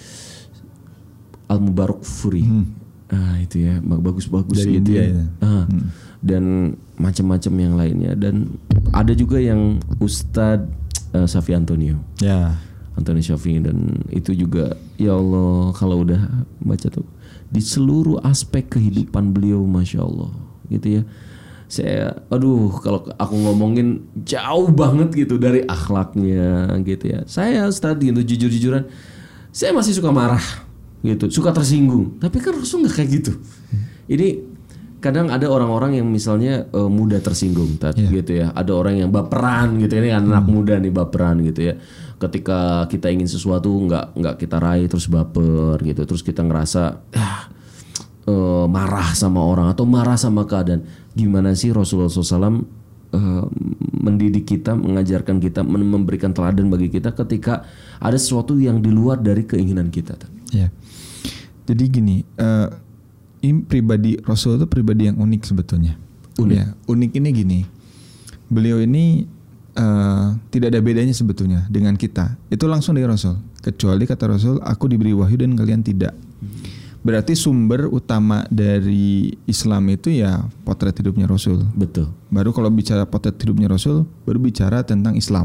Al Mubarak Furi. Ah itu ya bagus-bagus Dari gitu India ya. itu. Ah, dan macam-macam yang lainnya, dan ada juga yang Ustadz eh, Safi Antonio. Ya. Anthony Syafi'i, dan itu juga ya Allah kalau udah baca tuh di seluruh aspek kehidupan beliau Masya Allah gitu ya. Saya aduh kalau aku ngomongin jauh banget gitu dari akhlaknya gitu ya. Saya tadi gitu jujur-jujuran saya masih suka marah gitu, suka tersinggung. Tapi kan Rasul nggak kayak gitu. Ini kadang ada orang-orang yang misalnya eh, mudah tersinggung Tat, Yeah. gitu ya. Ada orang yang baperan gitu. Ini kan anak muda nih baperan gitu ya. Ketika kita ingin sesuatu nggak nggak kita raih terus baper gitu. Terus kita ngerasa ah, eh, marah sama orang atau marah sama keadaan. Gimana sih Rasulullah shallallahu alaihi wasallam eh, mendidik kita, mengajarkan kita, men- memberikan teladan bagi kita ketika ada sesuatu yang di luar dari keinginan kita Tat. Ya. Jadi gini, eh, ini pribadi Rasul itu pribadi yang unik sebetulnya. Unik. Ya, unik ini gini. Beliau ini eh, tidak ada bedanya sebetulnya dengan kita. Itu langsung dari Rasul. Kecuali kata Rasul, aku diberi wahyu dan kalian tidak. Berarti sumber utama dari Islam itu ya potret hidupnya Rasul. Betul. Baru kalau bicara potret hidupnya Rasul, baru bicara tentang Islam.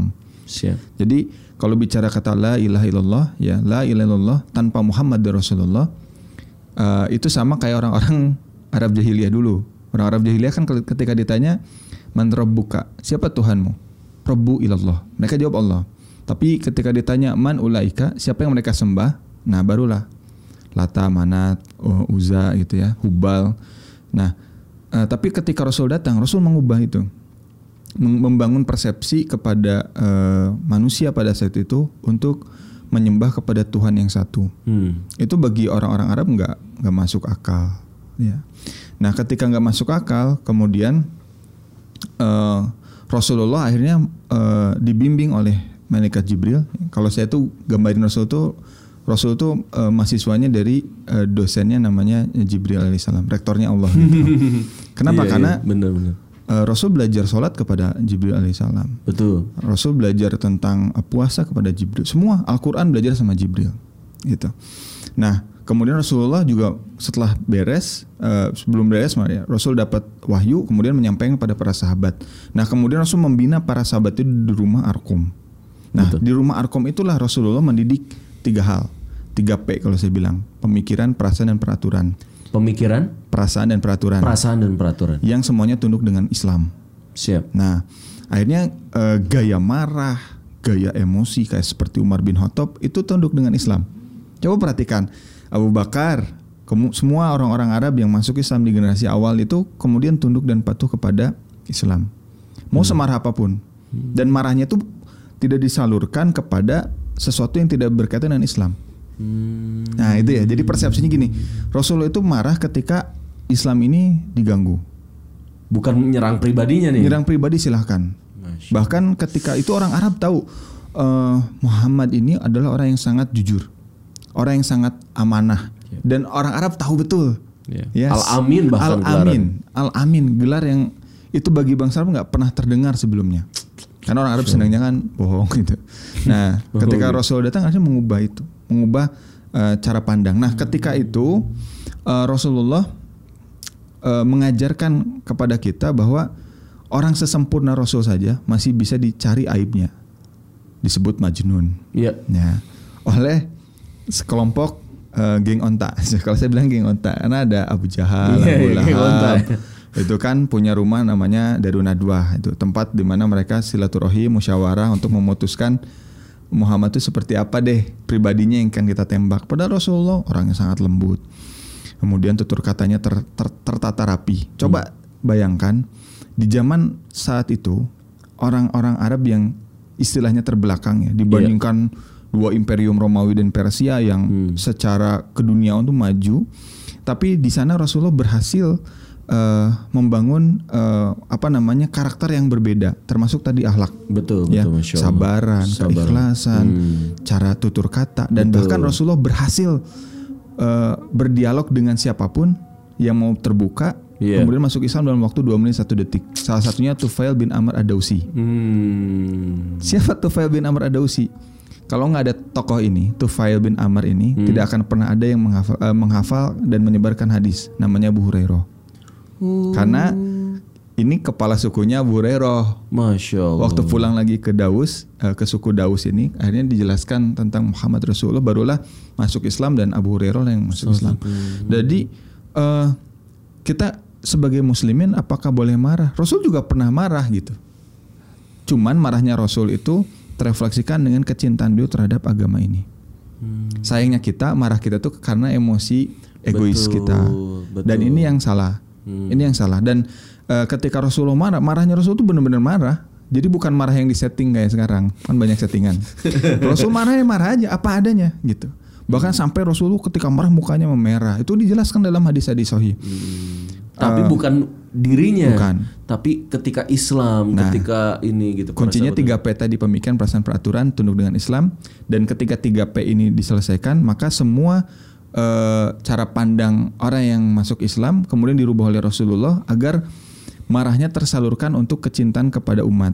Siap. Jadi kalau bicara kata la ilaha illallah, ya la ilaha illallah tanpa Muhammad Rasulullah, uh, itu sama kayak orang-orang Arab jahiliyah dulu. Orang Arab jahiliyah kan ketika ditanya man rabbuka, siapa Tuhanmu? Rabbu ilallah. Mereka jawab Allah. Tapi ketika ditanya man ulaika, siapa yang mereka sembah? Nah, barulah Lata, Manat, Uzza gitu ya, Hubal. Nah, uh, tapi ketika Rasul datang, Rasul mengubah itu. Membangun persepsi kepada uh, manusia pada saat itu untuk menyembah kepada Tuhan yang satu. Hmm. Itu bagi orang-orang Arab nggak nggak masuk akal. Ya. Nah, ketika nggak masuk akal, kemudian uh, Rasulullah akhirnya uh, dibimbing oleh malaikat Jibril. Kalau saya tuh gambarin Rasul tuh, Rasul tuh uh, mahasiswanya dari uh, dosennya namanya Jibril alaihissalam, rektornya Allah. Gitu. Kenapa? Iya, Karena iya, benar-benar. Uh, Rasul belajar sholat kepada Jibril alaihissalam. Betul. Rasul belajar tentang uh, puasa kepada Jibril. Semua Al-Quran belajar sama Jibril. Gitu. Nah, kemudian Rasulullah juga setelah beres, uh, sebelum beres, ya, Rasul dapat wahyu, kemudian menyampaikan kepada para sahabat. Nah, kemudian Rasul membina para sahabat itu di rumah Arqam. Nah, betul. Di rumah Arqam itulah Rasulullah mendidik tiga hal, tiga P kalau saya bilang, pemikiran, perasaan, dan peraturan. Pemikiran, perasaan, dan peraturan. Perasaan dan peraturan. Yang semuanya tunduk dengan Islam. Siap. Nah, akhirnya uh, gaya marah, gaya emosi kayak seperti Umar bin Khattab itu tunduk dengan Islam. Coba perhatikan, Abu Bakar, kemu- semua orang-orang Arab yang masuk Islam di generasi awal itu kemudian tunduk dan patuh kepada Islam. Mau hmm. semarah apapun. Hmm. Dan marahnya itu tidak disalurkan kepada sesuatu yang tidak berkaitan dengan Islam. Hmm. Nah itu ya, jadi persepsinya gini, Rasulullah itu marah ketika Islam ini diganggu. Bukan menyerang pribadinya nih. Menyerang pribadi silahkan. Masya. Bahkan ketika itu orang Arab tahu uh, Muhammad ini adalah orang yang sangat jujur, orang yang sangat amanah, ya. Dan orang Arab tahu betul. Ya. Yes. Al-Amin bahkan Al-Amin, Al-Amin gelar yang itu bagi bangsa Arab nggak pernah terdengar sebelumnya. Karena orang Arab senangnya kan bohong gitu. Nah, ketika Rasul datang akhirnya mengubah itu, mengubah uh, cara pandang. Nah, ketika itu uh, Rasulullah uh, mengajarkan kepada kita bahwa orang sesempurna Rasul saja masih bisa dicari aibnya, disebut majnun. Iya. Nah, oleh sekelompok uh, geng onta. Kalau saya bilang geng onta, karena ada Abu Jahal, yeah, Abu Lahab. Itu kan punya rumah namanya Darun Nadwah, itu tempat di mana mereka silaturahim, musyawarah untuk memutuskan Muhammad itu seperti apa deh pribadinya yang akan kita tembak. Padahal Rasulullah orangnya sangat lembut. Kemudian tutur katanya ter, ter, tertata rapi. Coba hmm. bayangkan di zaman saat itu orang-orang Arab yang istilahnya terbelakang ya dibandingkan yeah. dua imperium Romawi dan Persia yang hmm. secara keduniaan tuh maju. Tapi di sana Rasulullah berhasil Uh, membangun uh, apa namanya karakter yang berbeda, termasuk tadi akhlak, betul, ya, betul, Masya Allah. sabaran, Sabar. keikhlasan, hmm. cara tutur kata, dan betul. Bahkan Rasulullah berhasil uh, berdialog dengan siapapun yang mau terbuka, yeah. kemudian masuk Islam dalam waktu dua menit satu detik. Salah satunya Tufail bin Amr Ad-Dausi. Hmm. Siapa Tufail bin Amr Ad-Dausi? Kalau nggak ada tokoh ini, Tufail bin Amr ini, hmm. tidak akan pernah ada yang menghafal, uh, menghafal dan menyebarkan hadis. Namanya Abu Hurairah. Hmm. Karena ini kepala sukunya Abu Hurairah. Masya Allah. Waktu pulang lagi ke Daus, ke suku Daus ini, akhirnya dijelaskan tentang Muhammad Rasulullah, barulah masuk Islam dan Abu Hurairah yang masuk Islam. Hmm. Jadi uh, kita sebagai muslimin apakah boleh marah? Rasul juga pernah marah gitu. Cuman marahnya Rasul itu terefleksikan dengan kecintaan beliau terhadap agama ini. Hmm. Sayangnya kita marah kita tuh karena emosi egois betul, kita. Betul. Dan ini yang salah. Hmm. Ini yang salah. Dan uh, ketika Rasulullah marah, marahnya Rasul itu benar-benar marah. Jadi bukan marah yang disetting kayak sekarang, kan banyak settingan. Rasul marahnya marah aja, apa adanya gitu. Bahkan hmm. sampai Rasulullah ketika marah mukanya memerah. Itu dijelaskan dalam hadis-hadis sahih. Hmm. Tapi uh, bukan dirinya, bukan. Tapi ketika Islam, nah, ketika ini gitu. Kuncinya tiga P tadi, pemikiran, perasaan, peraturan, tunduk dengan Islam. Dan ketika tiga P ini diselesaikan, maka semua Uh, cara pandang orang yang masuk Islam kemudian dirubah oleh Rasulullah agar marahnya tersalurkan untuk kecintaan kepada umat.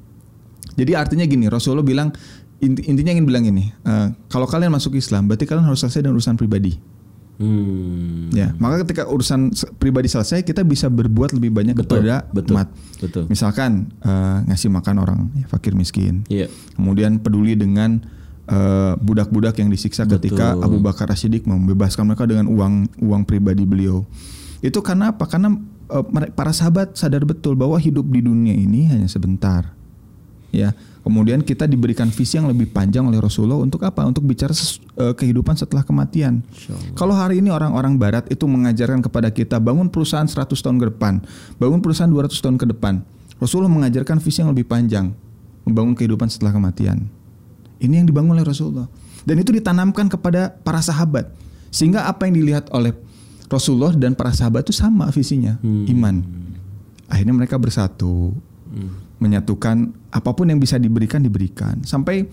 Jadi artinya gini, Rasulullah bilang, intinya ingin bilang ini, uh, kalau kalian masuk Islam berarti kalian harus selesai dengan urusan pribadi. Hmm. Ya, maka ketika urusan pribadi selesai, kita bisa berbuat lebih banyak Betul, kepada betul, umat. betul. Misalkan uh, ngasih makan orang ya, fakir miskin. Iya. Kemudian peduli dengan uh, budak-budak yang disiksa Betul. ketika Abu Bakar As-Siddiq membebaskan mereka dengan uang uang pribadi beliau. Itu karena apa? Karena uh, para sahabat sadar betul bahwa hidup di dunia ini hanya sebentar. Ya. Kemudian kita diberikan visi yang lebih panjang oleh Rasulullah untuk apa? Untuk bicara ses, uh, kehidupan setelah kematian. Kalau hari ini orang-orang Barat itu mengajarkan kepada kita bangun perusahaan seratus tahun ke depan, bangun perusahaan dua ratus tahun ke depan. Rasulullah mengajarkan visi yang lebih panjang, membangun kehidupan setelah kematian. Ini yang dibangun oleh Rasulullah. Dan itu ditanamkan kepada para sahabat. Sehingga apa yang dilihat oleh Rasulullah dan para sahabat itu sama visinya, hmm. iman. Akhirnya mereka bersatu. Hmm. Menyatukan apapun yang bisa diberikan diberikan sampai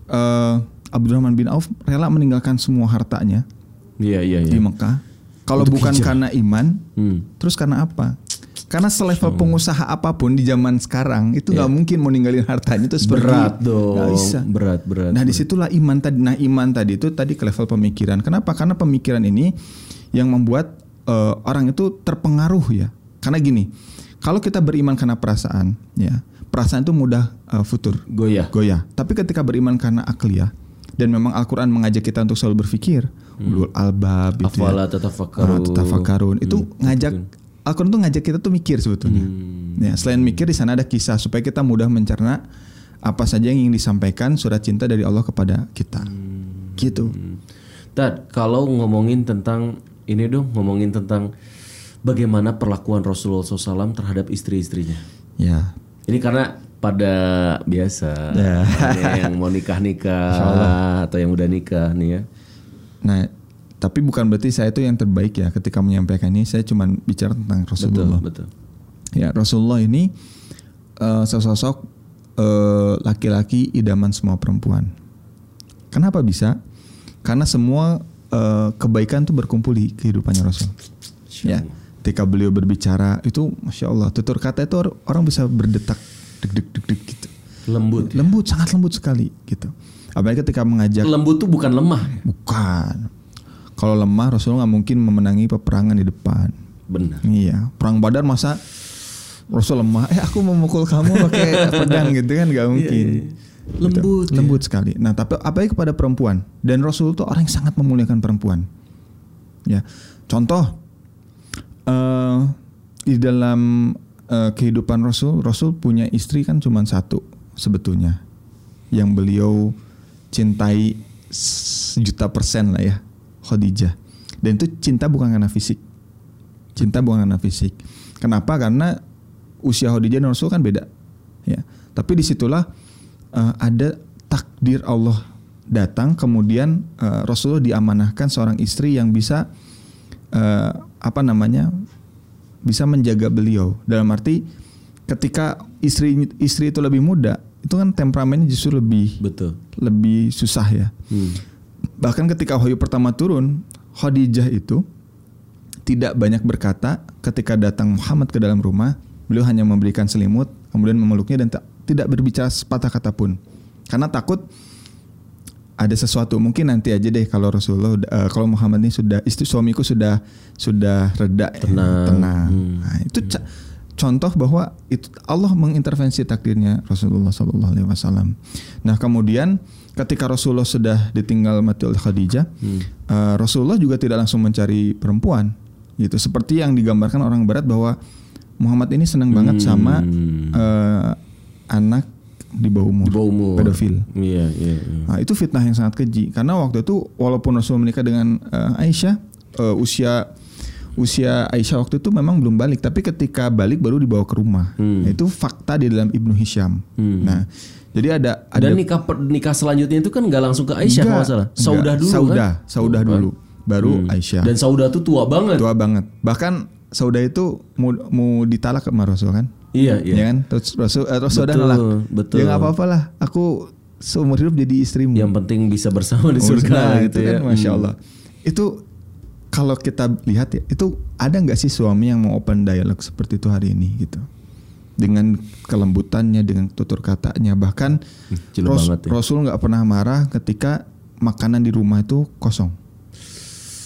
uh, Abdurrahman bin Auf rela meninggalkan semua hartanya iya, iya, iya. di Mekah. Kalau bukan hijrah. Karena iman, hmm. terus karena apa? Karena selevel pengusaha apapun di zaman sekarang itu nggak yeah. mungkin mau ninggalin hartanya itu berat dong. Gak bisa. Berat, berat. Nah berat. Disitulah iman tadi. Nah iman tadi itu tadi ke level pemikiran. Kenapa? Karena pemikiran ini yang membuat uh, orang itu terpengaruh ya. Karena gini. Kalau kita beriman karena perasaan, ya perasaan itu mudah uh, futur, goyah. goyah. Tapi ketika beriman karena akliyah, dan memang Al-Quran mengajak kita untuk selalu berpikir, ulul hmm. albab, itu afala ya, tatafakkarun, uh, tatafakkarun. Itu hmm. ngajak Al-Quran tuh ngajak kita tuh mikir sebetulnya. Hmm. Ya, selain mikir di sana ada kisah supaya kita mudah mencerna apa saja yang ingin disampaikan surat cinta dari Allah kepada kita. Hmm. Gitu. Tad, kalau ngomongin tentang ini dong, ngomongin tentang bagaimana perlakuan Rasulullah shallallahu alaihi wasallam terhadap istri-istrinya. Ya. Ini karena pada biasa ya. yang mau nikah-nikah atau yang udah nikah nih ya. Nah, tapi bukan berarti saya itu yang terbaik ya ketika menyampaikan ini. Saya cuma bicara tentang Rasulullah. Betul, betul. Ya, Rasulullah ini uh, sesosok uh, laki-laki idaman semua perempuan. Kenapa bisa? Karena semua uh, kebaikan itu berkumpul di kehidupannya Rasul. Ya. Ketika beliau berbicara itu Masya Allah, tutur kata itu orang bisa berdetak deg-deg-deg gitu. Lembut. Lembut, sangat lembut sekali gitu. Apalagi ketika mengajak. Lembut tuh bukan lemah. Bukan. Kalau lemah Rasulullah nggak mungkin memenangi peperangan di depan. Benar. Iya. Perang Badar masa Rasul lemah. Eh aku memukul kamu pakai pedang gitu kan nggak mungkin. Iya, iya. Lembut. Gitu. Lembut sekali. Nah tapi apalagi kepada perempuan. Dan Rasul itu orang yang sangat memuliakan perempuan. Ya. Contoh. Uh, di dalam uh, kehidupan Rasul, Rasul punya istri kan cuma satu sebetulnya, yang beliau cintai sejuta persen lah ya, Khadijah. Dan itu cinta bukan karena fisik, cinta bukan karena fisik. Kenapa? Karena usia Khadijah dan Rasul kan beda, ya. Tapi disitulah uh, ada takdir Allah datang, kemudian uh, Rasulullah diamanahkan seorang istri yang bisa uh, apa namanya bisa menjaga beliau, dalam arti ketika istri istri itu lebih muda itu kan temperamennya justru lebih betul lebih susah ya. hmm. Bahkan ketika wahyu pertama turun, Khadijah itu tidak banyak berkata. Ketika datang Muhammad ke dalam rumah, beliau hanya memberikan selimut, kemudian memeluknya dan t- tidak berbicara sepatah kata pun, karena takut ada sesuatu. Mungkin nanti aja deh kalau Rasulullah uh, kalau Muhammad ini sudah istri suamiku sudah sudah reda tenang, ya, tenang. Hmm. Nah, itu c- contoh bahwa itu Allah mengintervensi takdirnya Rasulullah Sallallahu Alaihi Wasallam. Nah kemudian ketika Rasulullah sudah ditinggal mati oleh Khadijah, hmm. uh, Rasulullah juga tidak langsung mencari perempuan gitu, seperti yang digambarkan orang Barat bahwa Muhammad ini senang banget hmm. sama uh, anak di bawah umur, di bawah umur. pedofil. Iya, iya, iya. Nah, itu fitnah yang sangat keji. Karena waktu itu walaupun Rasul menikah dengan uh, Aisyah, uh, usia usia Aisyah waktu itu memang belum balik, tapi ketika balik baru dibawa ke rumah. Hmm. Nah, itu fakta di dalam Ibnu Hisham. Hmm. Nah, jadi ada, ada dan nikah nikah selanjutnya itu kan nggak langsung ke Aisyah kalau nggak salah. Saudah dulu Saudah, kan? Saudah dulu, baru hmm. Aisyah. Dan Saudah tuh tua banget. Tua banget. Bahkan Saudah itu mau, mau ditalak sama Rasul kan? Iya, iya. Ya kan? Terus Rasul, uh, Rasul betul, nolak. Betul. Ya nggak apa-apa lah. Aku seumur hidup jadi istrimu. Yang penting bisa bersama di surga nah, gitu itu ya. Kan, Masya hmm. Allah. Itu kalau kita lihat ya, itu ada nggak sih suami yang mau open dialog seperti itu hari ini gitu? Dengan kelembutannya, dengan tutur katanya, bahkan hmm, Ros- banget, ya. Rasul nggak pernah marah ketika makanan di rumah itu kosong.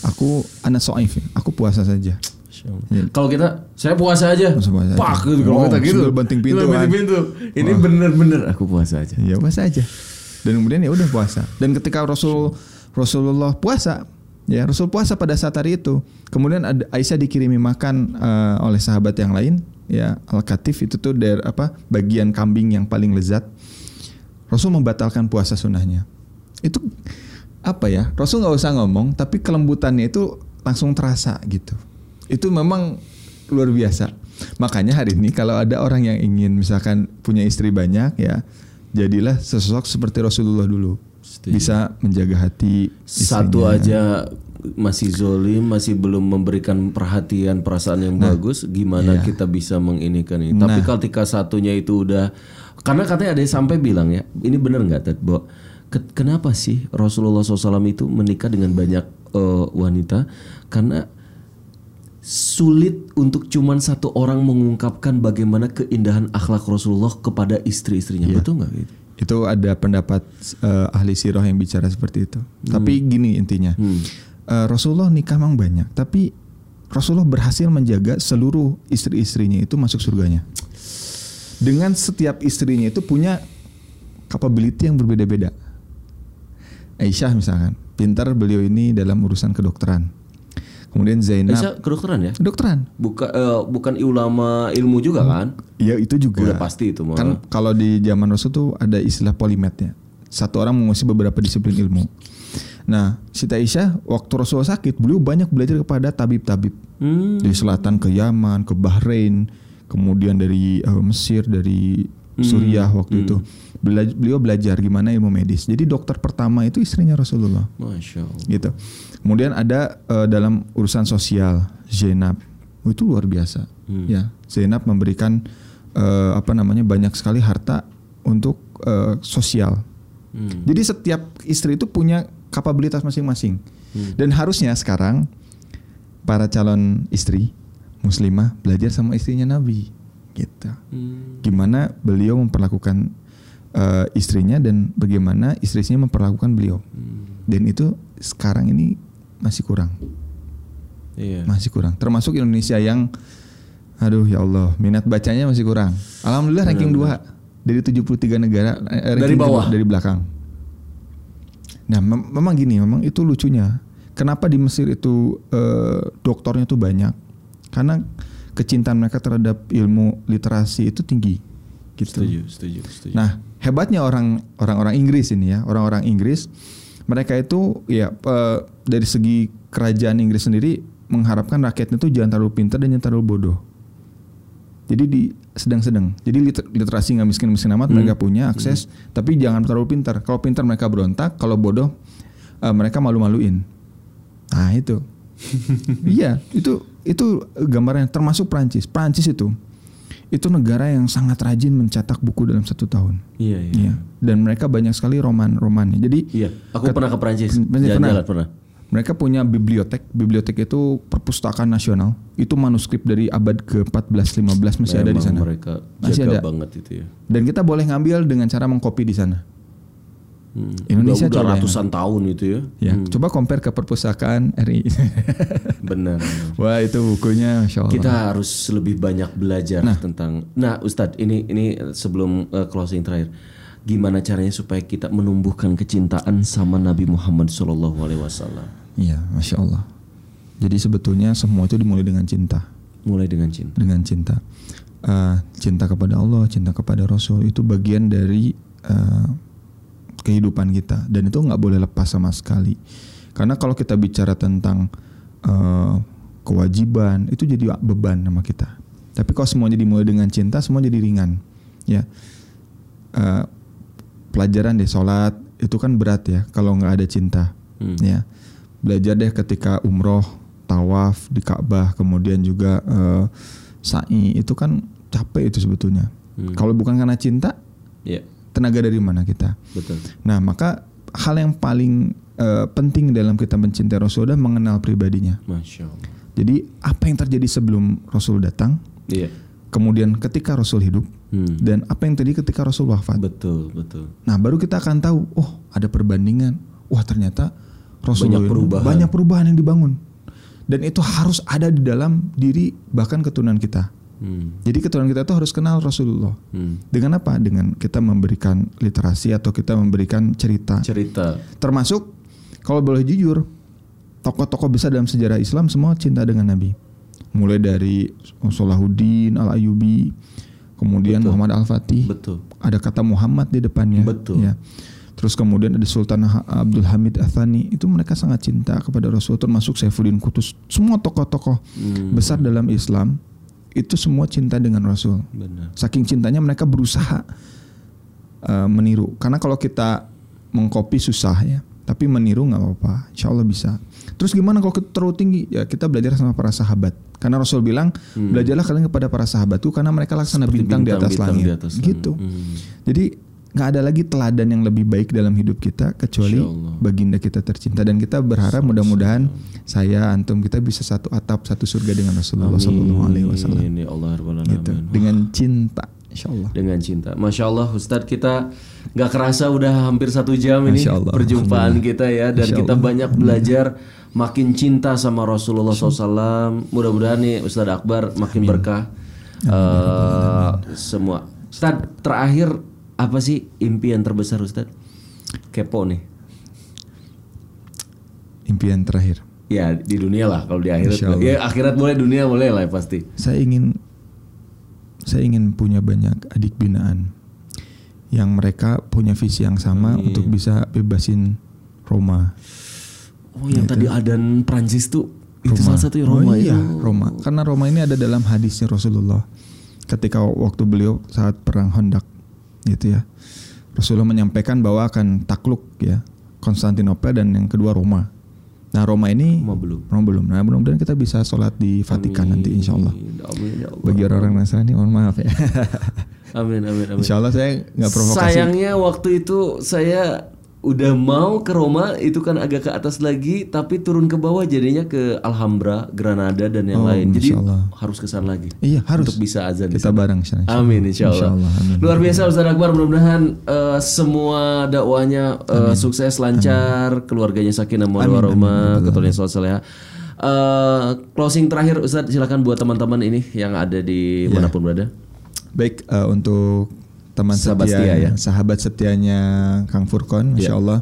aku anak soif, aku puasa saja. Ya. Kalau kita, saya puasa aja. Puasa Pak aja. gitu kalau Oh, kita gitu. sudah banting pintu, Sudah banting kan? pintu. Ini Oh. bener-bener aku puasa aja. Ya puasa aja. Dan kemudian ya udah puasa. Dan ketika Rasul Rasulullah puasa, ya Rasul puasa pada saat hari itu. Kemudian ada Aisyah dikirimi makan uh, oleh sahabat yang lain, ya al-katif itu tuh dari apa? Bagian kambing yang paling lezat. Rasul membatalkan puasa sunnahnya. Itu apa ya? Rasul nggak usah ngomong, tapi kelembutannya itu langsung terasa gitu. Itu memang luar biasa. Makanya hari ini kalau ada orang yang ingin misalkan punya istri banyak, ya jadilah sosok seperti Rasulullah dulu. Setuju. Bisa menjaga hati istrinya. Satu aja masih zolim, masih belum memberikan perhatian, perasaan yang nah, bagus, gimana iya. kita bisa menginikan ini. Nah. Tapi ketika satunya itu udah, karena katanya ada yang sampai bilang ya, ini benar nggak Ted, Bo? Kenapa sih Rasulullah shallallahu alaihi wasallam itu menikah dengan banyak uh, wanita? Karena sulit untuk cuman satu orang mengungkapkan bagaimana keindahan akhlak Rasulullah kepada istri-istrinya. Ya. Betul nggak gitu? Itu ada pendapat uh, ahli sirah yang bicara seperti itu. Hmm. Tapi gini intinya, hmm. uh, Rasulullah nikah memang banyak, tapi Rasulullah berhasil menjaga seluruh istri-istrinya itu masuk surganya. Dengan setiap istrinya itu punya capability yang berbeda-beda. Aisyah misalkan, pintar beliau ini dalam urusan kedokteran. Kemudian Zainab, Aisyah kedokteran ya? Kedokteran. Bukan uh, bukan ulama ilmu juga kan? Iya itu juga. Udah pasti itu. Malah. Kan kalau di zaman Rasul tuh ada istilah polimetnya. Satu orang menguasai beberapa disiplin ilmu. Nah, Siti Aisyah waktu Rasulullah sakit, beliau banyak belajar kepada tabib-tabib. Hmm. Dari selatan ke Yaman, ke Bahrain, kemudian dari uh, Mesir, dari hmm. Suriah waktu hmm. itu. Bela- beliau belajar gimana ilmu medis. Jadi dokter pertama itu istrinya Rasulullah. Masya Allah. Gitu. Kemudian ada uh, dalam urusan sosial Zainab, oh, itu luar biasa. Hmm. Ya, Zainab memberikan uh, apa namanya banyak sekali harta untuk uh, sosial. Hmm. Jadi setiap istri itu punya kapabilitas masing-masing. Hmm. Dan harusnya sekarang para calon istri muslimah belajar sama istrinya Nabi. Gitu. Hmm. Gimana beliau memperlakukan Uh, istrinya dan bagaimana istrinya memperlakukan beliau. Hmm. Dan itu sekarang ini masih kurang. Iya. Masih kurang. Termasuk Indonesia yang aduh ya Allah, minat bacanya masih kurang. Alhamdulillah ranking dua dari tujuh puluh tiga negara eh, dari bawah dari belakang. Nah, mem- memang gini, memang itu lucunya. Kenapa di Mesir itu uh, doktornya tuh banyak? Karena kecintaan mereka terhadap ilmu literasi itu tinggi. Gitu. Setuju, setuju, setuju. Nah, hebatnya orang orang-orang Inggris ini ya, orang-orang Inggris mereka itu ya uh, dari segi kerajaan Inggris sendiri mengharapkan rakyatnya itu jangan terlalu pintar dan jangan terlalu bodoh. Jadi di sedang-sedang. Jadi liter- literasi nggak miskin-miskin amat, hmm. mereka punya akses, hmm. tapi jangan terlalu pintar. Kalau pintar mereka berontak, kalau bodoh uh, mereka malu-maluin. Nah itu, iya itu itu gambarannya. Termasuk Prancis. Prancis itu itu negara yang sangat rajin mencetak buku dalam satu tahun. Iya, iya. iya. Dan mereka banyak sekali roman-romannya. Jadi iya, aku ket- pernah ke Prancis. Pernah. pernah. Mereka punya bibliotek. Bibliotek itu perpustakaan nasional. Itu manuskrip dari abad ke empat belas lima belas masih Memang ada di sana. Mereka masih jaga ada banget itu ya. Dan kita boleh ngambil dengan cara mengcopy di sana. Hmm. Indonesia udah, udah coba ratusan ya. tahun itu ya. Ya, hmm. coba compare ke perpustakaan R I. Benar. Wah, itu bukunya Masya Allah. Kita harus lebih banyak belajar nah. tentang. Nah, Ustadz, ini ini sebelum uh, closing terakhir, gimana caranya supaya kita menumbuhkan kecintaan sama Nabi Muhammad shallallahu alaihi wasallam? Iya, Masya Allah. Jadi sebetulnya semua itu dimulai dengan cinta. Mulai dengan cinta. Dengan cinta, uh, cinta kepada Allah, cinta kepada Rasul itu bagian dari uh, kehidupan kita, dan itu nggak boleh lepas sama sekali. Karena kalau kita bicara tentang uh, kewajiban itu jadi beban sama kita. Tapi kalau semuanya dimulai dengan cinta, semua jadi ringan. Ya, uh, pelajaran deh sholat itu kan berat ya kalau nggak ada cinta. Hmm. Ya, belajar deh ketika umroh, tawaf di Ka'bah, kemudian juga uh, sa'i itu kan capek itu sebetulnya. Hmm. Kalau bukan karena cinta, yeah. tenaga dari mana kita? Betul. Nah, maka hal yang paling uh, penting dalam kita mencintai Rasul adalah mengenal pribadinya. Masya Allah. Jadi apa yang terjadi sebelum Rasul datang? Iya. Kemudian ketika Rasul hidup, hmm. dan apa yang terjadi ketika Rasul wafat? Betul, betul. Nah, baru kita akan tahu, oh ada perbandingan. Wah ternyata Rasulullah. Banyak perubahan. Banyak perubahan yang dibangun. Dan itu harus ada di dalam diri bahkan keturunan kita. Hmm. Jadi keturunan kita itu harus kenal Rasulullah. Hmm. Dengan apa? Dengan kita memberikan literasi atau kita memberikan cerita. Cerita. Termasuk kalau boleh jujur, tokoh-tokoh besar dalam sejarah Islam semua cinta dengan Nabi. Mulai dari Salahuddin Al-Ayyubi, kemudian Betul. Muhammad Al-Fatih. Betul. Ada kata Muhammad di depannya. Betul. Ya. Terus kemudian ada Sultan Abdul Hamid Ats-Tsani, itu mereka sangat cinta kepada Rasul, termasuk Saifuddin Qutuz. Semua tokoh-tokoh hmm. besar dalam Islam itu semua cinta dengan Rasul. Benar. Saking cintanya mereka berusaha uh, meniru. Karena kalau kita mengcopy susah ya, tapi meniru nggak apa-apa, insya Allah bisa. Terus gimana kalau kita terlalu tinggi? Ya kita belajar sama para sahabat. Karena Rasul bilang hmm. belajarlah kalian kepada para sahabatku karena mereka laksana bintang, bintang di atas bintang langit. Di atas gitu. Hmm. Jadi nggak ada lagi teladan yang lebih baik dalam hidup kita kecuali baginda kita tercinta, dan kita berharap mudah-mudahan saya antum kita bisa satu atap satu surga dengan Rasulullah Sallallahu Alaihi Wasallam. Gitu. Dengan cinta, insya Allah. Dengan cinta, masya Allah Ustadz, kita nggak kerasa udah hampir satu jam ini perjumpaan kita ya, dan kita banyak belajar, makin cinta sama Rasulullah Sallallahu Alaihi Wasallam. Mudah-mudahan nih Ustadz Akbar makin Amin. berkah uh, semua. Ustadz, terakhir apa sih impian terbesar Ustadz? Kepo nih. Impian terakhir. Ya di dunia lah, kalau di akhirat. Ya akhirat boleh, dunia boleh lah pasti. Saya ingin, saya ingin punya banyak adik binaan yang mereka punya visi yang sama Amin. untuk bisa bebasin Roma. Oh yang gitu. Tadi Adan Prancis tuh Roma. Itu salah satu Roma. Oh iya, Roma. Karena Roma ini ada dalam hadisnya Rasulullah. Ketika waktu beliau saat perang Khandaq gitu ya, Rasulullah menyampaikan bahwa akan takluk ya Konstantinopel dan yang kedua Roma. Nah Roma ini Roma belum. Roma belum. Nah mudah-mudahan kita bisa sholat di Vatikan Amin. nanti insya Allah. Amin, ya Allah. Bagi orang-orang Nasrani mohon maaf ya. Amin amin amin. Insya Allah saya nggak provokasi. Sayangnya waktu itu saya udah mau ke Roma, itu kan agak ke atas lagi, tapi turun ke bawah jadinya ke Alhambra, Granada dan yang oh, lain. Jadi harus ke sana lagi. Iya harus. Untuk bisa azan. Kita bareng. Insya Allah. Amin insya Allah. Insya Allah. Amin. Luar biasa Ustaz Akbar, mudah-mudahan uh, semua dakwahnya uh, sukses, lancar, amin. Keluarganya sakinah mawaddah warahmah, keturunannya saleh salehah. Uh, closing terakhir Ustaz, silakan buat teman-teman ini yang ada di yeah. manapun berada. Baik, uh, untuk teman sahabat setia, setia ya. sahabat setianya Kang Furqon, Insya Allah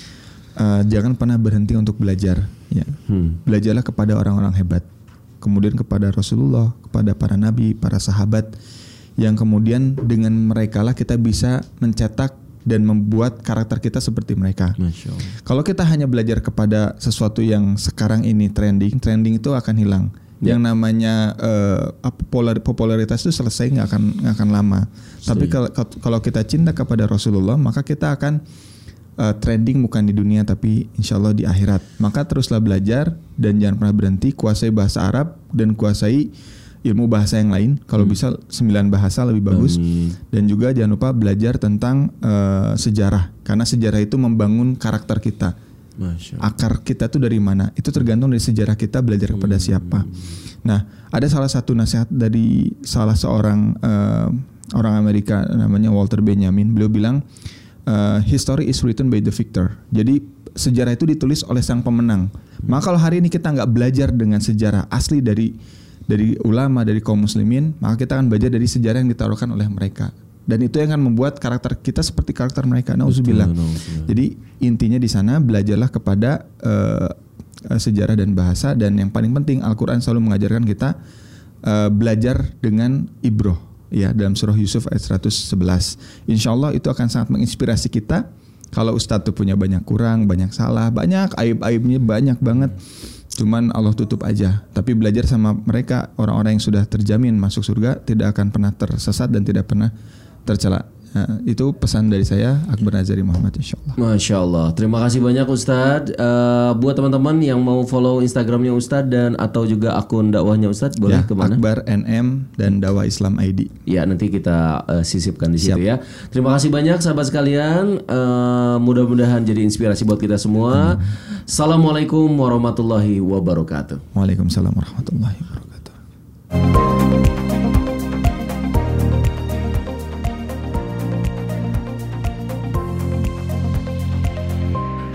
uh, jangan pernah berhenti untuk belajar. Ya. Hmm. Belajarlah kepada orang-orang hebat, kemudian kepada Rasulullah, kepada para nabi, para sahabat, yang kemudian dengan mereka lah kita bisa mencetak dan membuat karakter kita seperti mereka. Masya Allah. Kalau kita hanya belajar kepada sesuatu yang sekarang ini trending, trending itu akan hilang. Ya. Yang namanya uh, popularitas itu selesai nggak akan nggak akan lama. See. Tapi kalau kalau kita cinta kepada Rasulullah, maka kita akan uh, trending bukan di dunia tapi insya Allah di akhirat. Maka teruslah belajar dan jangan pernah berhenti. Kuasai bahasa Arab dan kuasai ilmu bahasa yang lain. Kalau hmm. bisa sembilan bahasa lebih bagus. Hmm. Dan juga jangan lupa belajar tentang uh, sejarah, karena sejarah itu membangun karakter kita. Akar kita tuh dari mana? Itu tergantung dari sejarah kita belajar kepada siapa. Nah, ada salah satu nasihat dari salah seorang uh, orang Amerika namanya Walter Benjamin. Beliau bilang, uh, history is written by the victor. Jadi sejarah itu ditulis oleh sang pemenang. Maka kalau hari ini kita nggak belajar dengan sejarah asli dari dari ulama, dari kaum muslimin, maka kita akan belajar dari sejarah yang ditaruhkan oleh mereka. Dan itu yang akan membuat karakter kita seperti karakter mereka. Nauzubillah. Jadi intinya di sana belajarlah kepada uh, sejarah dan bahasa, dan yang paling penting Al-Quran selalu mengajarkan kita uh, belajar dengan ibroh. Ya, dalam surah Yusuf ayat seratus sebelas. Insya Allah itu akan sangat menginspirasi kita. Kalau Ustadz tuh punya banyak kurang, banyak salah, banyak aib-aibnya banyak banget. Cuman Allah tutup aja. Tapi belajar sama mereka, orang-orang yang sudah terjamin masuk surga, tidak akan pernah tersesat dan tidak pernah tercela. Nah, itu pesan dari saya, Akbar Nazari Muhammad, insya Allah. Masya Allah. Terima kasih banyak Ustadz. Uh, buat teman-teman yang mau follow Instagramnya Ustadz dan atau juga akun dakwahnya Ustadz, boleh ya, kemana? Akbar N M dan Dakwah Islam I D. Ya, nanti kita uh, sisipkan di situ ya. Terima kasih banyak sahabat sekalian. Uh, mudah-mudahan jadi inspirasi buat kita semua. Hmm. Assalamualaikum warahmatullahi wabarakatuh. Waalaikumsalam warahmatullahi wabarakatuh.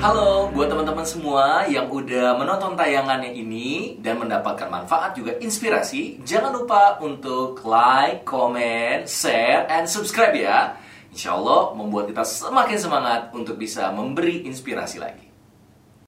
Halo buat teman-teman semua yang udah menonton tayangannya ini dan mendapatkan manfaat juga inspirasi. Jangan lupa untuk like, comment, share, and subscribe ya. Insya Allah membuat kita semakin semangat untuk bisa memberi inspirasi lagi.